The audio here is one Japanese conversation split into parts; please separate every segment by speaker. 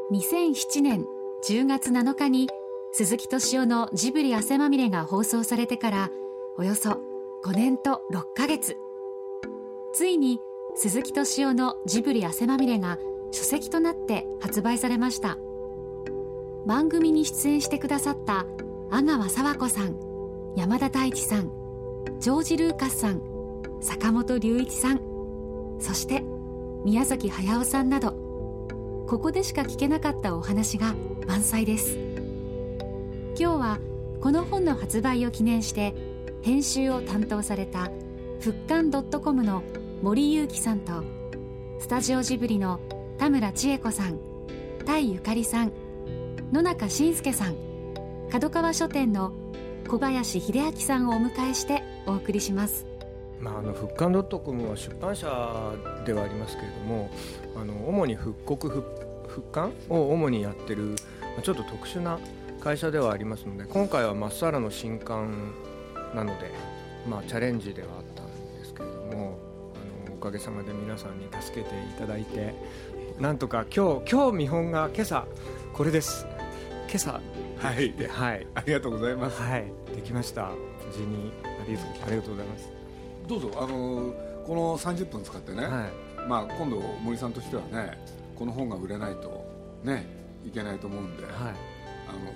Speaker 1: 2007年10月7日に鈴木敏夫のジブリ汗まみれが放送されてからおよそ5年と6ヶ月、ついに鈴木敏夫のジブリ汗まみれが書籍となって発売されました。番組に出演してくださった阿川佐和子さん、山田太一さん、ジョージ・ルーカスさん、坂本龍一さん、そして宮崎駿さんなど、ここでしか聞けなかったお話が満載です。今日はこの本の発売を記念して編集を担当された復刊 .com の森裕樹さんと、スタジオジブリの田村千恵子さん、田井ゆかりさん、野中伸介さん、角川書店の小林秀明さんをお迎えしてお送りします。
Speaker 2: 復刊 .com は出版社ではありますけれども、主に復刊を主にやってるちょっと特殊な会社ではありますので、今回はまっさらの新刊なので、チャレンジではあったんですけれども、おかげさまで皆さんに助けていただいて、なんとか今日見本が今朝これです。今朝
Speaker 3: はい
Speaker 2: で、はい、
Speaker 3: ありがとうございます。
Speaker 2: はい、できました。無事にありがとうございます。
Speaker 3: どうぞこの30分使ってね、
Speaker 2: はい、
Speaker 3: 今度森さんとしてはね、この本が売れないとねいけないと思うんで、はい、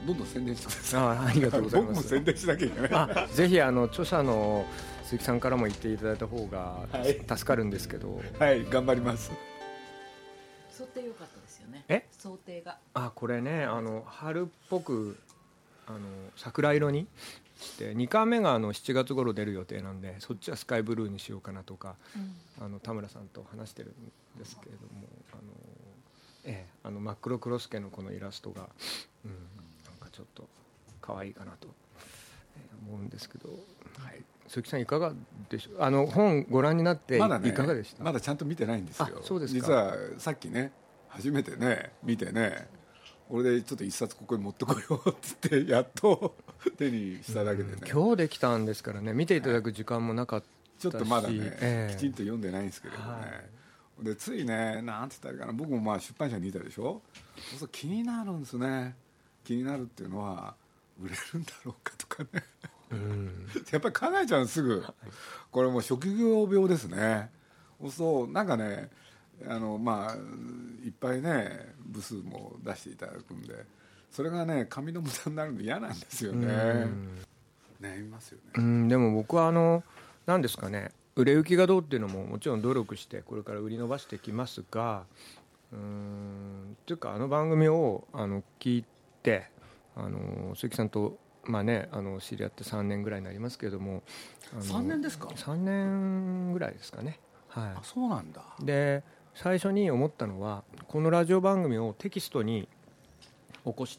Speaker 3: どんどん宣伝してください。
Speaker 2: ありがとうございます。
Speaker 3: 僕も宣伝しなきゃいけない。
Speaker 2: ぜひ著者の鈴木さんからも言っていただいた方が助かるんですけど、
Speaker 3: はい、頑張ります。
Speaker 4: 想定良かったですよね。想定が
Speaker 2: これね、春っぽく桜色にして2巻目が7月頃出る予定なんで、そっちはスカイブルーにしようかなとか、田村さんと話してるんですけれども、真っ黒クロスケのこのイラストが、なんかちょっと可愛いかなと思うんですけど、はい、鈴木さんいかがでしょう。本ご覧になっていかがでした？
Speaker 3: まだちゃんと見てないんですよ。
Speaker 2: そうですか。
Speaker 3: 実はさっきね初めてね見てね、俺でちょっと一冊ここに持ってこようっつってやっと手にしただけでね、
Speaker 2: 今日できたんですからね、見ていただく時間もなかったし、
Speaker 3: ちょっとまだね、きちんと読んでないんですけれどもね、でついね、なんて言ったらいいかな、僕も出版社にいたでしょ。そうすると気になるんですね。気になるっていうのは売れるんだろうかとかねやっぱり考えちゃうすぐ。これもう職業病ですね。そうなんかね、いっぱいね部数も出していただくんで、それがね紙の無駄になるの嫌なんですよね。悩みますよね。
Speaker 2: でも僕は何ですかね、売れ行きがどうっていうのももちろん努力してこれから売り伸ばしていきますが、というか番組を聞いて鈴木さんと知り合って3年ぐらいになりますけれども、
Speaker 3: 3年ですか
Speaker 2: ？3年ぐらいですかね。はい。
Speaker 3: そうなんだ。
Speaker 2: で最初に思ったのは、このラジオ番組をテキストに起こして、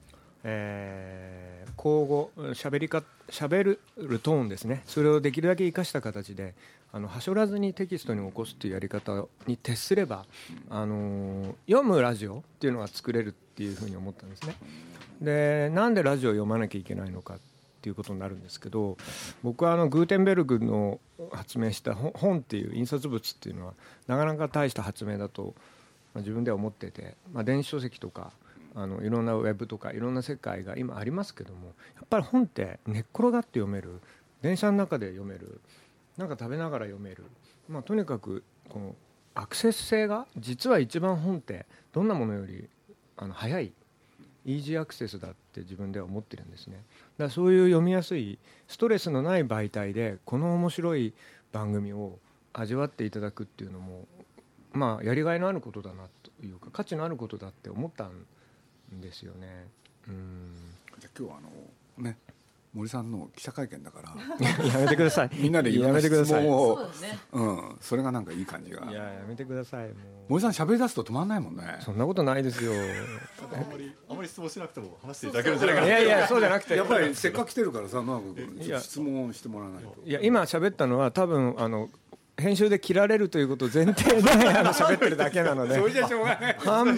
Speaker 2: 口語しゃべるトーンですね、それをできるだけ生かした形ではしょらずにテキストに起こすっていうやり方に徹すれば読むラジオっていうのが作れるっていうふうに思ったんですね。でなんでラジオを読まなきゃいけないのかっていうことになるんですけど、僕はグーテンベルグの発明した本っていう印刷物っていうのはなかなか大した発明だと自分では思ってて、電子書籍とかいろんなウェブとかいろんな世界が今ありますけども、やっぱり本って寝っ転がって読める、電車の中で読める、なんか食べながら読める、とにかくこのアクセス性が実は一番本ってどんなものより早いイージーアクセスだって自分では思ってるんですね。だからそういう読みやすいストレスのない媒体でこの面白い番組を味わっていただくっていうのもやりがいのあることだなというか価値のあることだって思ったんですよね。
Speaker 3: じゃあ今日はね森さんの記者会見だから
Speaker 2: やめてください。
Speaker 3: みんなでいろんな質問を、それがなんかいい感じが。
Speaker 2: やめてください。もう
Speaker 3: 森さん喋り出すと止まんないもんね。
Speaker 2: そんなことないですよ。
Speaker 5: あまり質問しなくても話していただけるんじゃないかな。
Speaker 2: いやそうじゃなくて、
Speaker 3: やっぱりせっかく来てるからさ、質問してもらわないと。
Speaker 2: 今喋ったのは多分編集で切られるということを前提で喋ってるだけなので、
Speaker 3: それじゃしょうがない。
Speaker 2: 半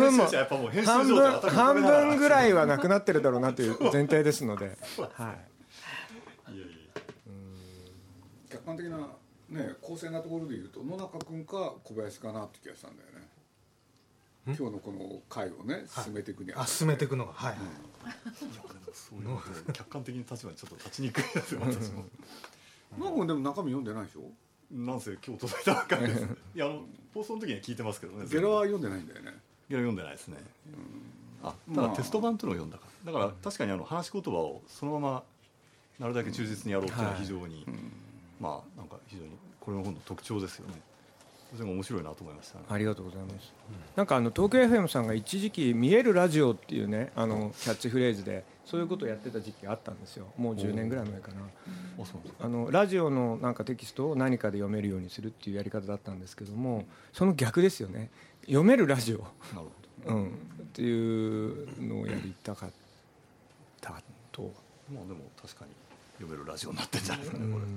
Speaker 2: 分ぐらいはなくなってるだろうなという前提ですので、はい。
Speaker 3: 客観的なね公正なところで言うと野中君か小林かなって気がしたんだよね。 今日のこの会をね進めていくには、
Speaker 6: 進めていくのがはい、
Speaker 5: いやでもそういうの客観的に立場にちょっと立ちにくいですよ私も。
Speaker 3: なんかでも中身読んでないでしょ。
Speaker 5: なんせ今日届いたばっかりです。いや放送の時には聞いてますけどね。
Speaker 3: ゲラは読んでないんだよね。
Speaker 5: ゲラ読んでないですね。ただテスト版というのを読んだから。だから確かに話し言葉をそのままなるだけ忠実にやろうっていうのは非常に、まあなんか非常にこれの本の特徴ですよね。それが面白いなと思いましたね。
Speaker 2: ありがとうございます。なんか東京 FM さんが一時期見えるラジオっていうねキャッチフレーズでそういうことをやってた時期があったんですよ。もう10年ぐらい前かな。ラジオのなんかテキストを何かで読めるようにするっていうやり方だったんですけども、その逆ですよね。読めるラジオ、なるほど、っていうのをやりたかったと。
Speaker 5: まあでも確かに読めるラジオになってんじゃないですかねこれ。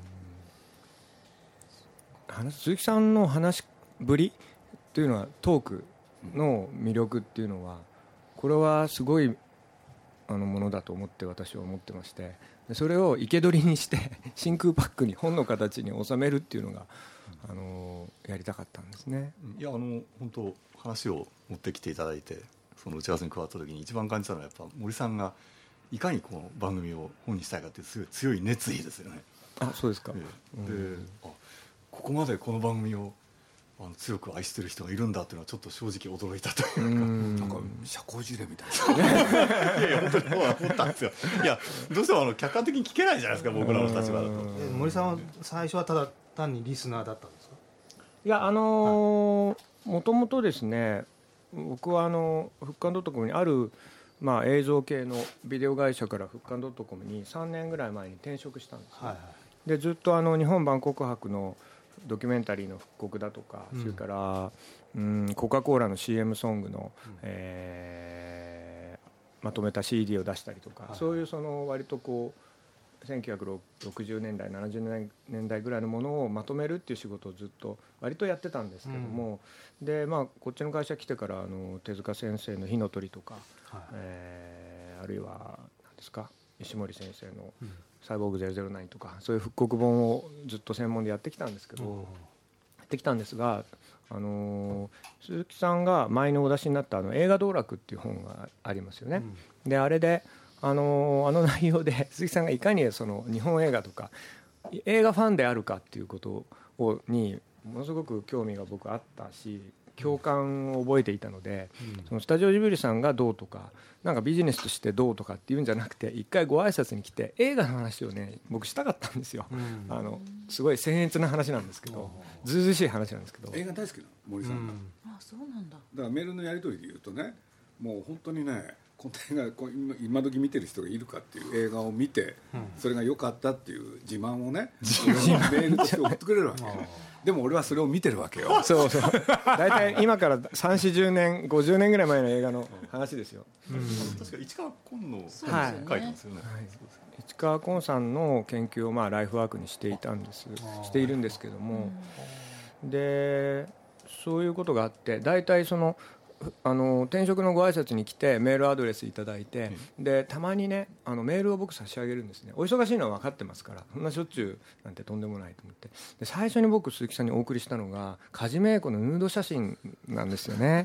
Speaker 2: 鈴木さんの話ぶりというのはトークの魅力っていうのはこれはすごいものだと思って私は思ってまして、それを生け捕りにして真空パックに本の形に収めるっていうのがやりたかったんですね。
Speaker 5: いや本当話を持ってきていただいてその打ち合わせに加わった時に一番感じたのはやっぱ森さんがいかにこの番組を本にしたいかっていう強い熱意ですよね。
Speaker 2: あ、そうですか。
Speaker 5: でここまでこの番組を強く愛してる人がいるんだっていうのはちょっと正直驚いたというか、
Speaker 3: なんか社交辞令みた
Speaker 5: いないや本当に思ったんですよ。いやどうしても客観的に聞けないじゃないですか僕らの立場だと。
Speaker 6: 森さんは最初はただ単にリスナーだったんですか。
Speaker 2: いやもともとですね、僕は復刊.comにある映像系のビデオ会社から復刊.comに3年ぐらい前に転職したんですよ。でずっと日本万国博のドキュメンタリーの復刻だとか、それからコカ・コーラの CM ソングの、まとめた CD を出したりとか、そういう割とこう1960年代70年代ぐらいのものをまとめるっていう仕事をずっと割とやってたんですけども、でこっちの会社来てから手塚先生の火の鳥とか、あるいは何ですか石森先生のサイボーグ009とか、そういう復刻本をずっと専門でやってきたんですけど、やってきたんですが、鈴木さんが前にお出しになった映画道楽っていう本がありますよね。であれであの内容で鈴木さんがいかに日本映画とか映画ファンであるかっていうことにものすごく興味が僕あったし共感を覚えていたので、そのスタジオジブリさんがどうとかなんかビジネスとしてどうとかっていうんじゃなくて、一回ご挨拶に来て映画の話をね僕したかったんですよ。すごい僭越な話なんですけど、ずうずうしい話なんですけど、
Speaker 3: 映画大好きな森さんが、
Speaker 4: あ、そうなんだ。
Speaker 3: だからメールのやり取りで言うとね、もう本当にねこの映画今時見てる人がいるかっていう映画を見て、それが良かったっていう自慢をねメールとして送ってくれるわけでも俺はそれを見てるわけよ。
Speaker 2: そうそう大体今から3、40年50年ぐらい前の映画の話ですよ。
Speaker 5: 確か市川崑の書いてますよね。
Speaker 2: 市川崑さんの研究をライフワークにしているんですけども、でそういうことがあって大体転職のご挨拶に来てメールアドレスいただいて、でたまにねメールを僕差し上げるんですね。お忙しいのは分かってますから、そんなしょっちゅうなんてとんでもないと思って、で最初に僕鈴木さんにお送りしたのが梶芽子のヌード写真なんですよね。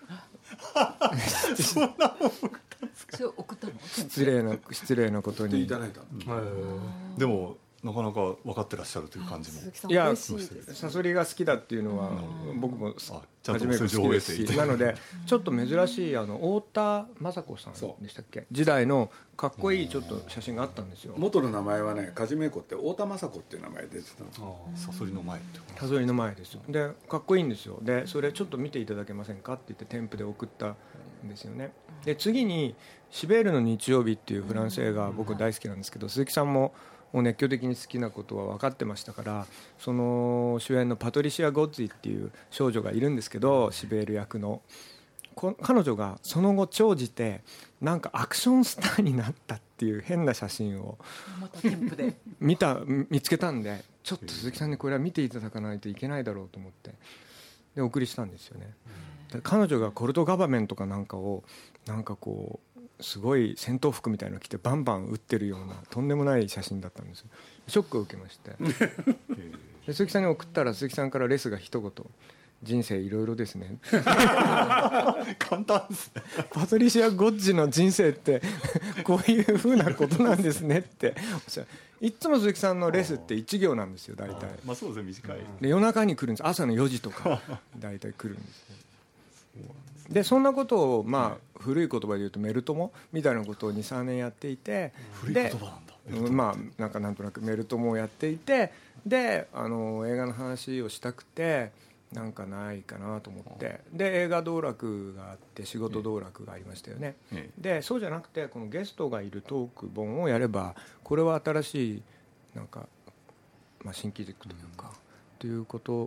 Speaker 5: そんなもん送ったんですか。
Speaker 4: それ送ったの？
Speaker 2: 失礼なことに
Speaker 3: いただいた。
Speaker 5: でもなかなか分かってらっしゃるという感じも。
Speaker 2: いやサソリが好きだっていうのは僕も初めて好きですし、なのでちょっと珍しい太田雅子さんでしたっけ時代のかっこいいちょっと写真があったんですよ。
Speaker 3: 元の名前はね梶芽子って太田雅子っていう名前で出てたの。
Speaker 5: サソリの前って
Speaker 2: サソリの前ですよ。でかっこいいんですよ。でそれちょっと見ていただけませんかって言って添付で送ったんですよね。で次にシベールの日曜日っていうフランス映画僕大好きなんですけど、鈴木さんも熱狂的に好きなことは分かってましたから、その主演のパトリシア・ゴッツィっていう少女がいるんですけど、シベール役の彼女がその後長じてなんかアクションスターになったっていう変な写真を
Speaker 4: また添付で
Speaker 2: 見つけたんで、ちょっと鈴木さんにこれは見ていただかないといけないだろうと思ってでお送りしたんですよね。彼女がコルトガバメンとかなんかをなんかこうすごい戦闘服みたいなの着てバンバン撃ってるようなとんでもない写真だったんですよ。ショックを受けましてで鈴木さんに送ったら鈴木さんからレスが一言、 人生いろいろですね
Speaker 5: 簡単ですね
Speaker 2: パトリシア・ゴッジの人生ってこういうふうなことなんですねっていつも鈴木さんのレスって1行なんですよ大体。
Speaker 5: まあそうですね、短い
Speaker 2: で夜中に来るんです、朝の4時とか大体来るんですでそんなことをまあ古い言葉で言うとメル友みたいなことを 2,3 年やっていて、
Speaker 5: 古い言葉なんだ。
Speaker 2: まあなんとなくメル友をやっていて、で映画の話をしたくてなんかないかなと思って、で映画道楽があって仕事道楽がありましたよね、でそうじゃなくてこのゲストがいるトーク本をやればこれは新しいなんか、まあ、新機軸というか、という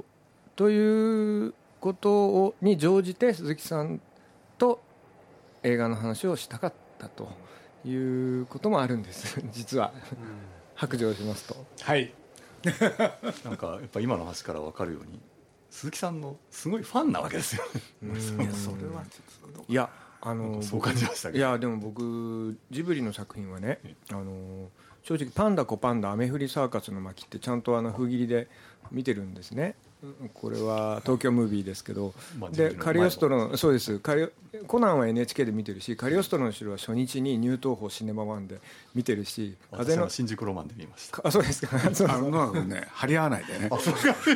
Speaker 2: ことに乗じて鈴木さんと映画の話をしたかったということもあるんです実は白状しますと。
Speaker 3: はい
Speaker 5: なんかやっぱ今の話から分かるように鈴木さんのすごいファンなわけですよ
Speaker 2: いや
Speaker 5: そう感じましたけど、
Speaker 2: いやでも僕ジブリの作品はね、正直パンダコパンダ雨降りサーカスの巻ってちゃんと封切りで見てるんですね。これは東京ムービーですけど、でカリオストロのそうですコナンは NHK で見てるし、カリオストロの城は初日にニュー東宝シネマワンで見てるし、
Speaker 5: 私は新宿ロマンで見ました。
Speaker 2: あ、そうですか
Speaker 3: 野中君ね張り合わないでね
Speaker 5: 余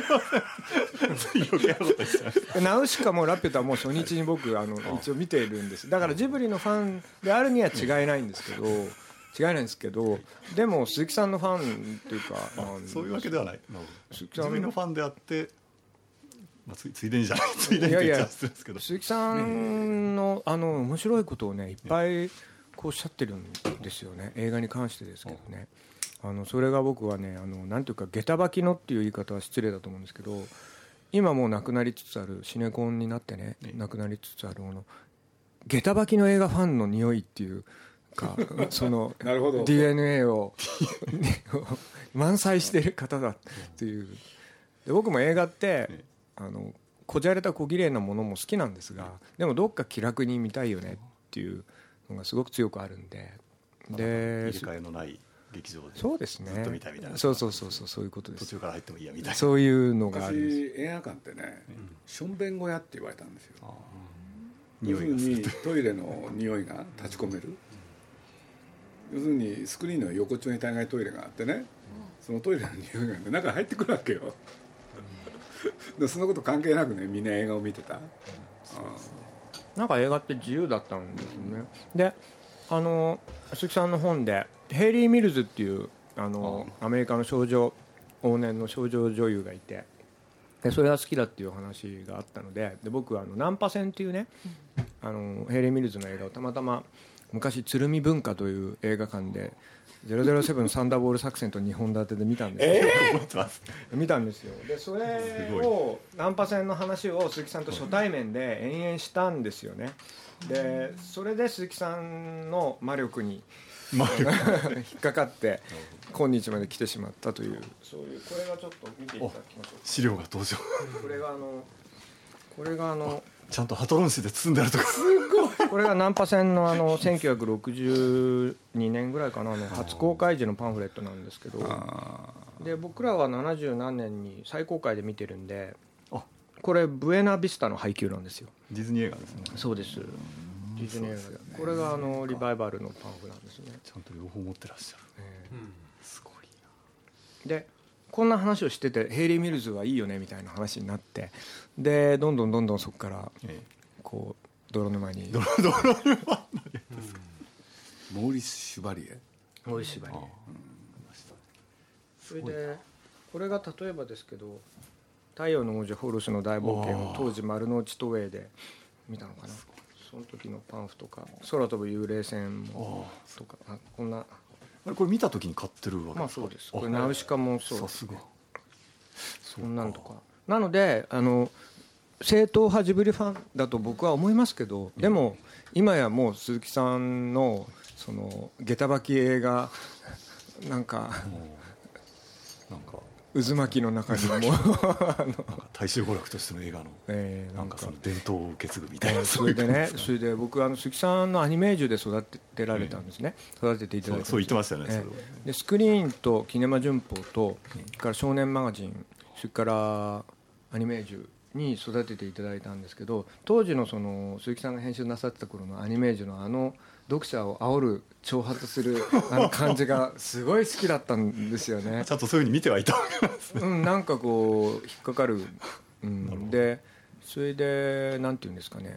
Speaker 5: 計なこと言って
Speaker 2: ナウシカもラピュタも初日に僕一応見ているんです。だからジブリのファンであるには違いないんですけどでも鈴木さんのファンっていうか
Speaker 5: そういうわけではない。
Speaker 2: 鈴
Speaker 5: ジブリのファンであって、まあ、ついでにじゃないついでにって言っちゃうんですけど、
Speaker 2: 鈴木さんの面白いことをねいっぱいこうおっしゃってるんですよね、映画に関してですけどね。それが僕はねなんていうか下駄履きのっていう言い方は失礼だと思うんですけど、今もうなくなりつつあるシネコンになってね、なくなりつつある下駄履きの映画ファンの匂いっていうかその
Speaker 3: なるほど
Speaker 2: DNA を満載している方だっていう。で僕も映画ってこじゃれた小綺麗なものも好きなんですが、でもどっか気楽に見たいよねっていうのがすごく強くあるんで、
Speaker 5: で入れ替えのない劇場で
Speaker 2: そうですね、
Speaker 5: ずっと見たいみたいな、
Speaker 2: そういうことです。
Speaker 5: 途中から入ってもいいやみたいな、
Speaker 2: そういうのがあるんです。
Speaker 3: 昔映画館ってね、しょんべん小屋って言われたんですよ。
Speaker 5: 匂いがする
Speaker 3: 要するにトイレの匂いが立ち込める、要するにスクリーンの横っちょに大概トイレがあってね、そのトイレの匂いが、ね、中に入ってくるわけよでそのこと関係なくねみんな映画を見てた、
Speaker 2: なんか映画って自由だったんですよね。で鈴木さんの本でヘイリー・ミルズっていうアメリカの往年の少女女優がいて、でそれが好きだっていう話があったので、僕はナンパ船っていうねヘイリー・ミルズの映画をたまたま昔鶴見文化という映画館で007サンダーボール作戦と2本立てで見たんですよ、見たんですよ。でそれをナンパ船の話を鈴木さんと初対面で延々したんですよね。でそれで鈴木さんの魔力に引っかかって今日まで来てしまったという、そういう、これがちょっと見ていただきましょう。
Speaker 5: 資料が登場
Speaker 2: これが
Speaker 5: ちゃんとハトロン紙で包んであるとか、
Speaker 2: すごいこれがナンパ船の1962年ぐらいかな初公開時のパンフレットなんですけど、で僕らは70何年に再公開で見てるんで、これブエナビスタの配給なんですよ。
Speaker 5: ディズニー映画ですね。
Speaker 2: そうです、ディズニー映画で、これがリバイバルのパンフなんですね。
Speaker 5: ちゃんと両方持ってらっしゃる、すごい
Speaker 2: な。でこんな話をしててヘイリー・ミルズはいいよねみたいな話になって、でどんどんそこからこう泥沼に
Speaker 3: モーリス・シュバリエ
Speaker 2: それでこれが例えばですけど太陽の王子ホルスの大冒険を当時丸の内東映で見たのかな、その時のパンフとか空飛ぶ幽霊船もとか、こんな
Speaker 5: これ見た時に買ってるわけですか。
Speaker 2: まあそうです。これナウシカもそう、
Speaker 5: さすが
Speaker 2: そんなんとかなので正統派ジブリファンだと僕は思いますけど、でも今やもう鈴木さんのその下駄履き映画なんか渦巻きの中にも
Speaker 5: 大衆娯楽としての映画のなんかその伝統を受け継ぐみたいな、
Speaker 2: それで僕鈴木さんのアニメージュで育ててられたんですね、育てていただいて、
Speaker 5: そう言ってましたよね、
Speaker 2: でスクリーンとキネマ旬報と、それから少年マガジン、それからアニメージュに育てていただいたんですけど、当時のその鈴木さんが編集なさってた頃のアニメージュの読者を煽る挑発する感じがすごい好きだったんですよね。
Speaker 5: ちゃんとそういうふうに見てはいたわけなんですね。
Speaker 2: なんかこう引っかかる、でそれでなんていうんですかね、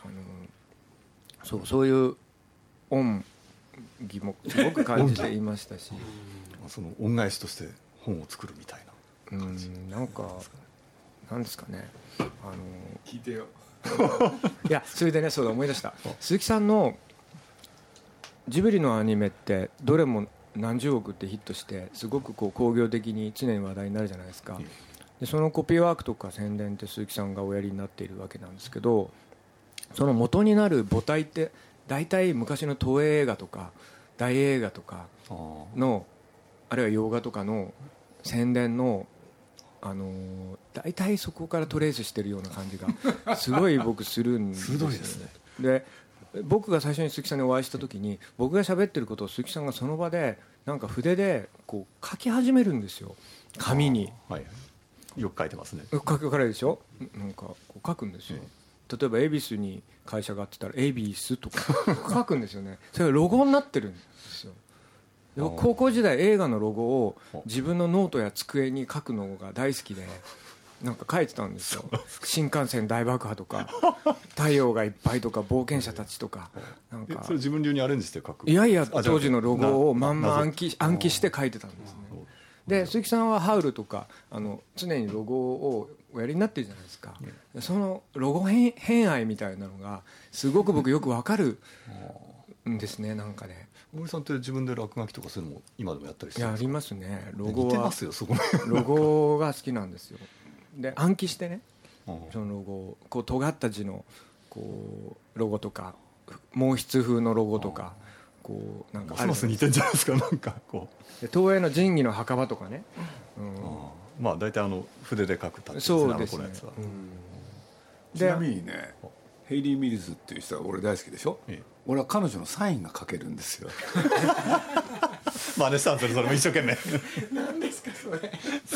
Speaker 2: そういう恩義もすごく感じていましたし
Speaker 5: その恩返しとして本を作るみたいな感じ、
Speaker 2: なんかなんですかね、
Speaker 3: 聞いてよ
Speaker 2: いやそれでね、そうだ思い出した。鈴木さんのジブリのアニメってどれも何十億ってヒットしてすごくこう興行的に常に話題になるじゃないですか。でそのコピーワークとか宣伝って鈴木さんがおやりになっているわけなんですけど、その元になる母体って大体昔の東映映画とか大映画とかの あるいは洋画とかの宣伝の大体そこからトレースしてるような感じがすごい僕するんですよね。
Speaker 5: ですね。
Speaker 2: で僕が最初に鈴木さんにお会いした時に僕が喋ってることを鈴木さんがその場でなんか筆でこう書き始めるんですよ、紙に。
Speaker 5: はい、よく書いてますね。
Speaker 2: 書かれるでしょ。なんかこう書くんですよ、例えば恵比寿に会社があってたら恵比寿とか書くんですよね。それがロゴになってるんですよ。で高校時代映画のロゴを自分のノートや机に書くのが大好きでなんか書いてたんですよ。新幹線大爆破とか太陽がいっぱいとか冒険者たちとか、なんか
Speaker 5: それ自分流にアレンジして書く。
Speaker 2: いやいや当時のロゴをまんま暗記して書いてたんですね。で鈴木さんはハウルとか常にロゴをおやりになってるじゃないですか。そのロゴ偏愛みたいなのがすごく僕よくわかるんですね。なんかね、
Speaker 5: 森さんって自分で落書きとかするのも今でもやったりしてるんですか？
Speaker 2: やりますね。ロゴは
Speaker 5: 似てますよそこ
Speaker 2: ロゴが好きなんですよ。で暗記してね、そのロゴをこう尖った字のこうロゴとか毛筆風のロゴとかこうなんか
Speaker 5: ますます似てんじゃないですか。なんかこ
Speaker 2: うで東映の仁義の墓場とかね、
Speaker 5: まあ大体筆で書くタッチ
Speaker 2: そうですね。
Speaker 3: ちなみにねヘイリー・ミルズっていう人は俺大好きでしょ、俺は彼女のサインが書けるんですよ
Speaker 5: 真似したんですよそれも一生懸命
Speaker 2: 何ですかそれ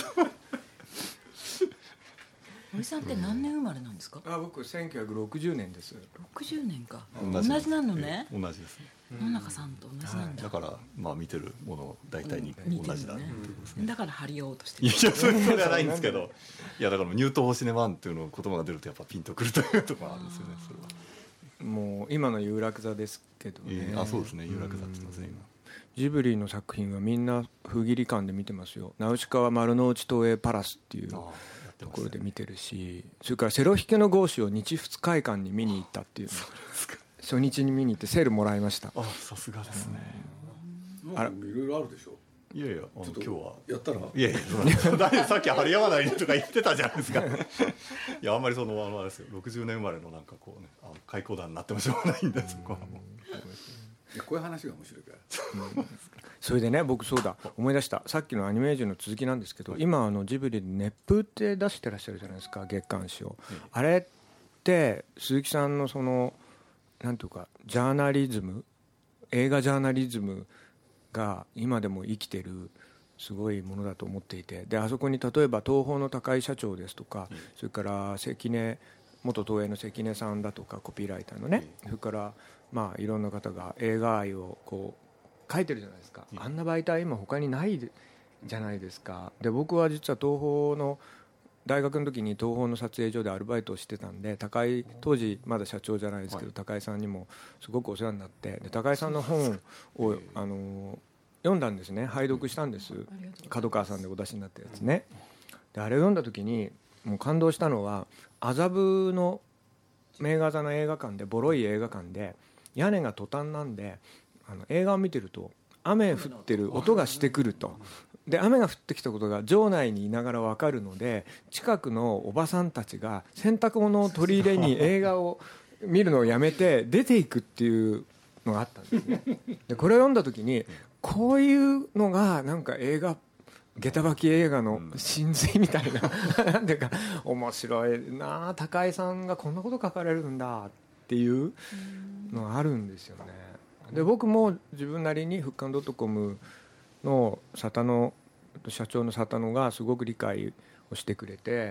Speaker 4: 森さんって何年生まれなんですか？
Speaker 2: 僕1960年です。
Speaker 4: 60年か。
Speaker 5: 同
Speaker 4: じなのね。
Speaker 5: 同じですね。
Speaker 4: 野中さんと同じなんだ。
Speaker 5: だからまあ見てるもの大体に同じだね。
Speaker 4: だから張り合おうとしてる。
Speaker 5: いやそれはないんですけど、いやだからニュートン星ネマンっていうの言葉が出るとやっぱピンとくるというところがあるんですよね。それは
Speaker 2: もう今の有楽座ですけどね。
Speaker 5: そうですね、有楽座って言ってますね今。
Speaker 2: ジブリの作品はみんな不義理感で見てますよ。ナウシカは丸の内東映パラスっていうところで見てるし、それからセロ弾きのゴーシュを日仏会館に見に行ったっていう初日に見に行ってセールもらいました。
Speaker 5: さすがですね。
Speaker 3: いろいろあるでしょ。
Speaker 5: いやいや今日は
Speaker 3: やったら
Speaker 5: いやいやさっき張り合わないとか言ってたじゃないですかいやあんまりそのあれですよ、60年生まれのなんかこうね開口談になってもしょうがないんでそこはもう
Speaker 3: こういう話が面白いから
Speaker 2: それでね僕そうだ思い出した、さっきのアニメージュの続きなんですけど、今ジブリで熱風って出してらっしゃるじゃないですか、月刊誌を。あれって鈴木さんのそのなんていうかジャーナリズム、映画ジャーナリズムが今でも生きてるすごいものだと思っていて、であそこに例えば東宝の高井社長ですとか、それから関根元東映の関根さんだとかコピーライターのね、それからまあいろんな方が映画愛をこう書いてるじゃないですか。あんな媒体今他にないじゃないですか。で僕は実は東宝の大学の時に東宝の撮影所でアルバイトをしてたんで、高井当時まだ社長じゃないですけど、高井さんにもすごくお世話になって、で高井さんの本を読んだんですね、拝読したんです、角川さんでお出しになったやつね。であれを読んだ時にもう感動したのは、麻布の名画座の映画館で、ボロい映画館で屋根がトタンなんで映画を見てると雨降ってる音がしてくると。で雨が降ってきたことが場内にいながら分かるので、近くのおばさんたちが洗濯物を取り入れに映画を見るのをやめて出ていくっていうのがあったんですね。でこれを読んだ時にこういうのがなんか映画下駄履き映画の真髄みたいななんていうか面白いな、高井さんがこんなこと書かれるんだっていうのがあるんですよね。で僕も自分なりに復刊.comの佐田野社長の佐田野がすごく理解をしてくれて、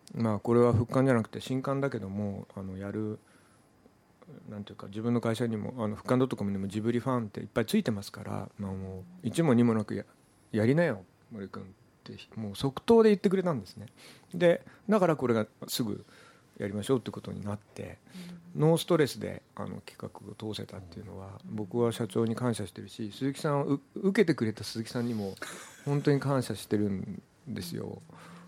Speaker 2: まあこれは復刊じゃなくて新刊だけどもやるなんていうか自分の会社にも復刊.comにもジブリファンっていっぱいついてますから、まあ、もう一も二もなく やりなよ森君ってもう即答で言ってくれたんですね。でだからこれがすぐやりましょうってことになって、ノーストレスで企画を通せたっていうのは僕は社長に感謝してるし、鈴木さんを受けてくれた鈴木さんにも本当に感謝してるんですよ。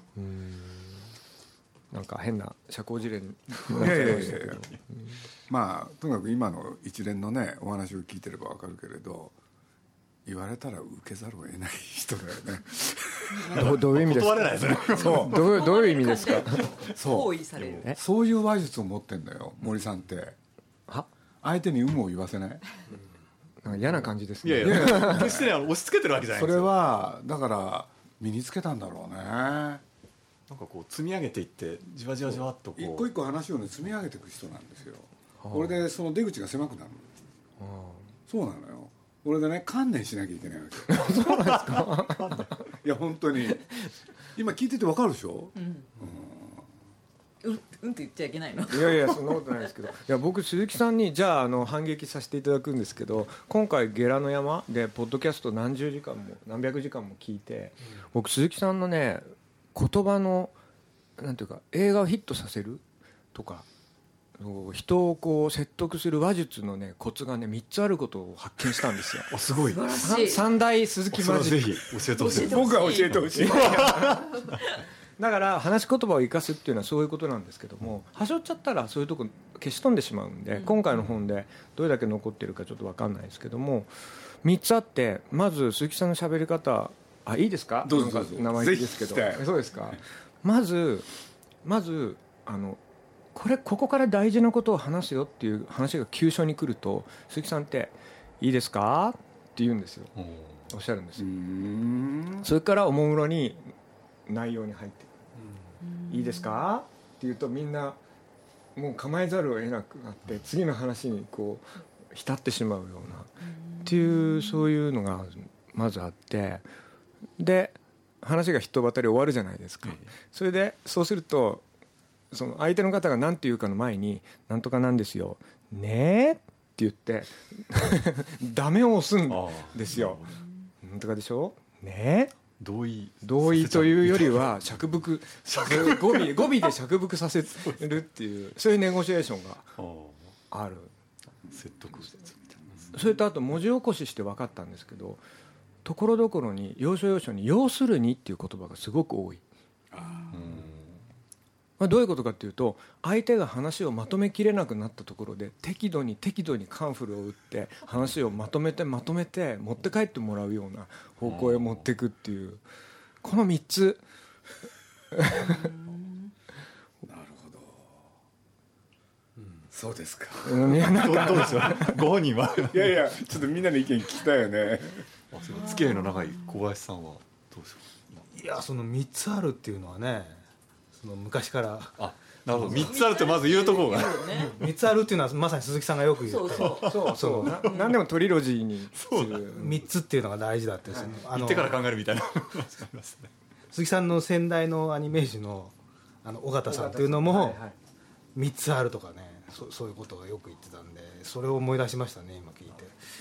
Speaker 2: なんか変な社交辞令になっちゃいましたけど、
Speaker 3: まあとにかく今の一連のねお話を聞いてれば分かるけれど、言われたら受けざるを得ない人だよね。
Speaker 2: どういう意味ですか。
Speaker 5: 断れないですね。
Speaker 3: そう
Speaker 2: どういう意味ですか。
Speaker 4: 包囲される。
Speaker 3: そういう話術を持ってんだよ森さんって。相手に有無を言わせない。
Speaker 2: なんか嫌な感じですね。
Speaker 5: いやいや決してね押し付けてるわけじゃないんですよ。
Speaker 3: それはだから身につけたんだろうね。
Speaker 5: なんかこう積み上げていってじわじわじわっとこう
Speaker 3: 一個一個話をね積み上げていく人なんですよ。これでその出口が狭くなる。そうなのよ。これでね観念しなきゃいけないわけ。そうなんですか。いや本当に今聞いてて分かるでしょ。
Speaker 4: うんって言っちゃいけないの。
Speaker 2: いやいやそんなことないですけど、いや僕鈴木さんにじゃあ反撃させていただくんですけど、今回ゲラの山でポッドキャスト何十時間も何百時間も聞いて、僕鈴木さんのね言葉のなんていうか映画をヒットさせるとか人をこう説得する話術のねコツがね3つあることを発見したんですよ。
Speaker 5: すごい。
Speaker 2: 三大鈴木マジック。
Speaker 5: ぜひ教えてほしい。
Speaker 3: 僕は教えてほしい。
Speaker 2: だから話し言葉を生かすっていうのはそういうことなんですけども、はしょっちゃったらそういうとこ消し飛んでしまうんで、今回の本でどれだけ残ってるかちょっと分かんないですけども3つあって、まず鈴木さんの喋り方、いいですか。
Speaker 3: どうぞどうぞ。
Speaker 2: 生意気ですけど。そうですか。まずここから大事なことを話すよっていう話が急所に来ると鈴木さんっていいですかって言うんですよ。おっしゃるんですよ。それからおもむろに内容に入ってくる。いいですかって言うとみんなもう構えざるを得なくなって次の話にこう浸ってしまうようなっていうそういうのがまずあって、で話が人当たり終わるじゃないですか。それでそうするとその相手の方が何て言うかの前になんとかなんですよねって言ってダメを押すんですよ。なんとかでしょね。同意というよりは釈伏語尾で釈伏させるっていうそういうネゴシエーションがある。
Speaker 5: 説得。
Speaker 2: それとあと文字起こしして分かったんですけど、ところどころに要所要所に要するにっていう言葉がすごく多い。どういうことかというと、相手が話をまとめきれなくなったところで適度にカンフルを打って話をまとめて持って帰ってもらうような方向へ持っていくっていう、この3つ
Speaker 3: なるほど、そうですか。
Speaker 2: いやなんか
Speaker 5: どうですよご本人は。
Speaker 3: いやいやちょっとみんなの意見聞きたいよね。
Speaker 5: 付き合いの長い小林さんはどうですか。
Speaker 6: いやその3つあるっていうのはね、その昔から。
Speaker 5: なるほど。3つあるってまず言うところが
Speaker 6: 3つあるっていうのはまさに鈴木さんがよく言って、
Speaker 2: そう何でもトリロジーにする
Speaker 6: 3つっていうのが大事だって、
Speaker 5: 言ってから考えるみたいな
Speaker 6: 鈴木さんの先代のアニメージュの尾形さんっていうのも3つあるとかね、そういうことがよく言ってたんで、それを思い出しましたね今聞いて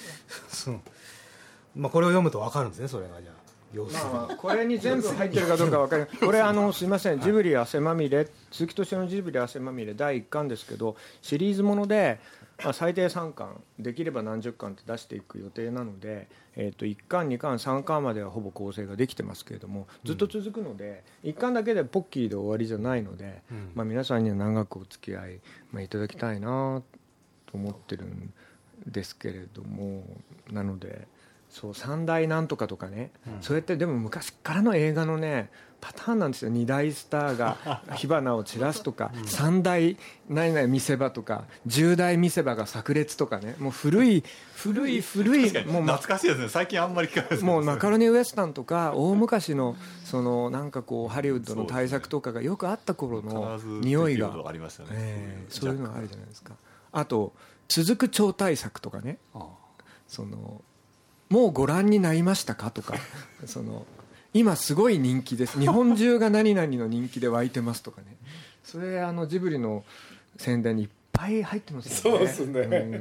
Speaker 6: これを読むと分かるんですね、それがじゃあ。
Speaker 2: これに全部入ってるかどうか分かりません。これすいません、ジブリ汗まみれ、鈴木敏夫のジブリ汗まみれ第1巻ですけど、シリーズもので、最低3巻できれば何十巻って出していく予定なので、1巻2巻3巻まではほぼ構成ができてますけれども、ずっと続くので、1巻だけでポッキリで終わりじゃないので、皆さんには長くお付き合い、いただきたいなと思ってるんですけれども、なのでそう三大なんとかとかね、それってでも昔からの映画のねパターンなんですよ。2大スターが火花を散らすとか、3大何々見せ場とか、10大見せ場が炸裂とかね、もう古いもう
Speaker 5: 懐かしいですね。最近あんまり聞かないですけど、
Speaker 2: もうマカロニウエスタンとか大昔のそのなんかこうハリウッドの大作とかがよくあった頃の匂いが、そういうのがあるじゃないですか。あと続く超大作とかね、そのもうご覧になりましたかとか今すごい人気です、日本中が何々の人気で湧いてますとかね、それジブリの宣伝にいっぱい入ってますよね。
Speaker 3: そうですね、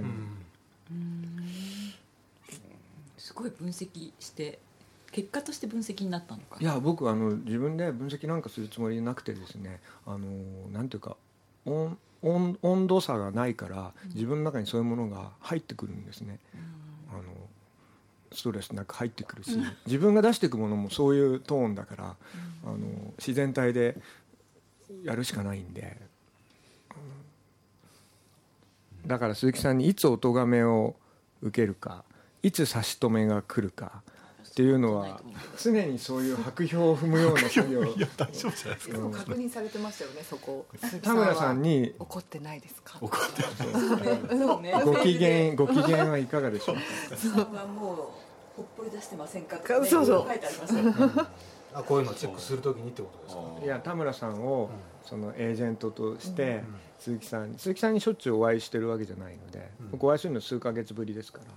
Speaker 4: すごい分析して結果として分析になったのか。
Speaker 2: いや僕自分で分析なんかするつもりなくてですね、なんていうか温度差がないから自分の中にそういうものが入ってくるんですね、ストレスなく入ってくるし、自分が出していくものもそういうトーンだから、自然体でやるしかないんで、だから鈴木さんにいつお咎めを受けるか、いつ差し止めが来るかっていうのは常にそういう白氷を踏むような作業
Speaker 5: いや大丈夫じゃないですか、
Speaker 7: 確認されてましたよね、そこ。
Speaker 2: 田村さんに
Speaker 7: 怒ってないですか。
Speaker 5: 怒って
Speaker 4: ね
Speaker 2: ご機嫌はいかがでしょうか。
Speaker 4: さんはもうほっぽり出してませんかって、ね、
Speaker 7: そうそう
Speaker 4: 書いてありましたよ
Speaker 6: あ、こういうのをチェックするときにってことですか。
Speaker 2: いや田村さんをそのエージェントとして鈴木さんにしょっちゅうお会いしてるわけじゃないので、僕お会いするの数ヶ月ぶりですから、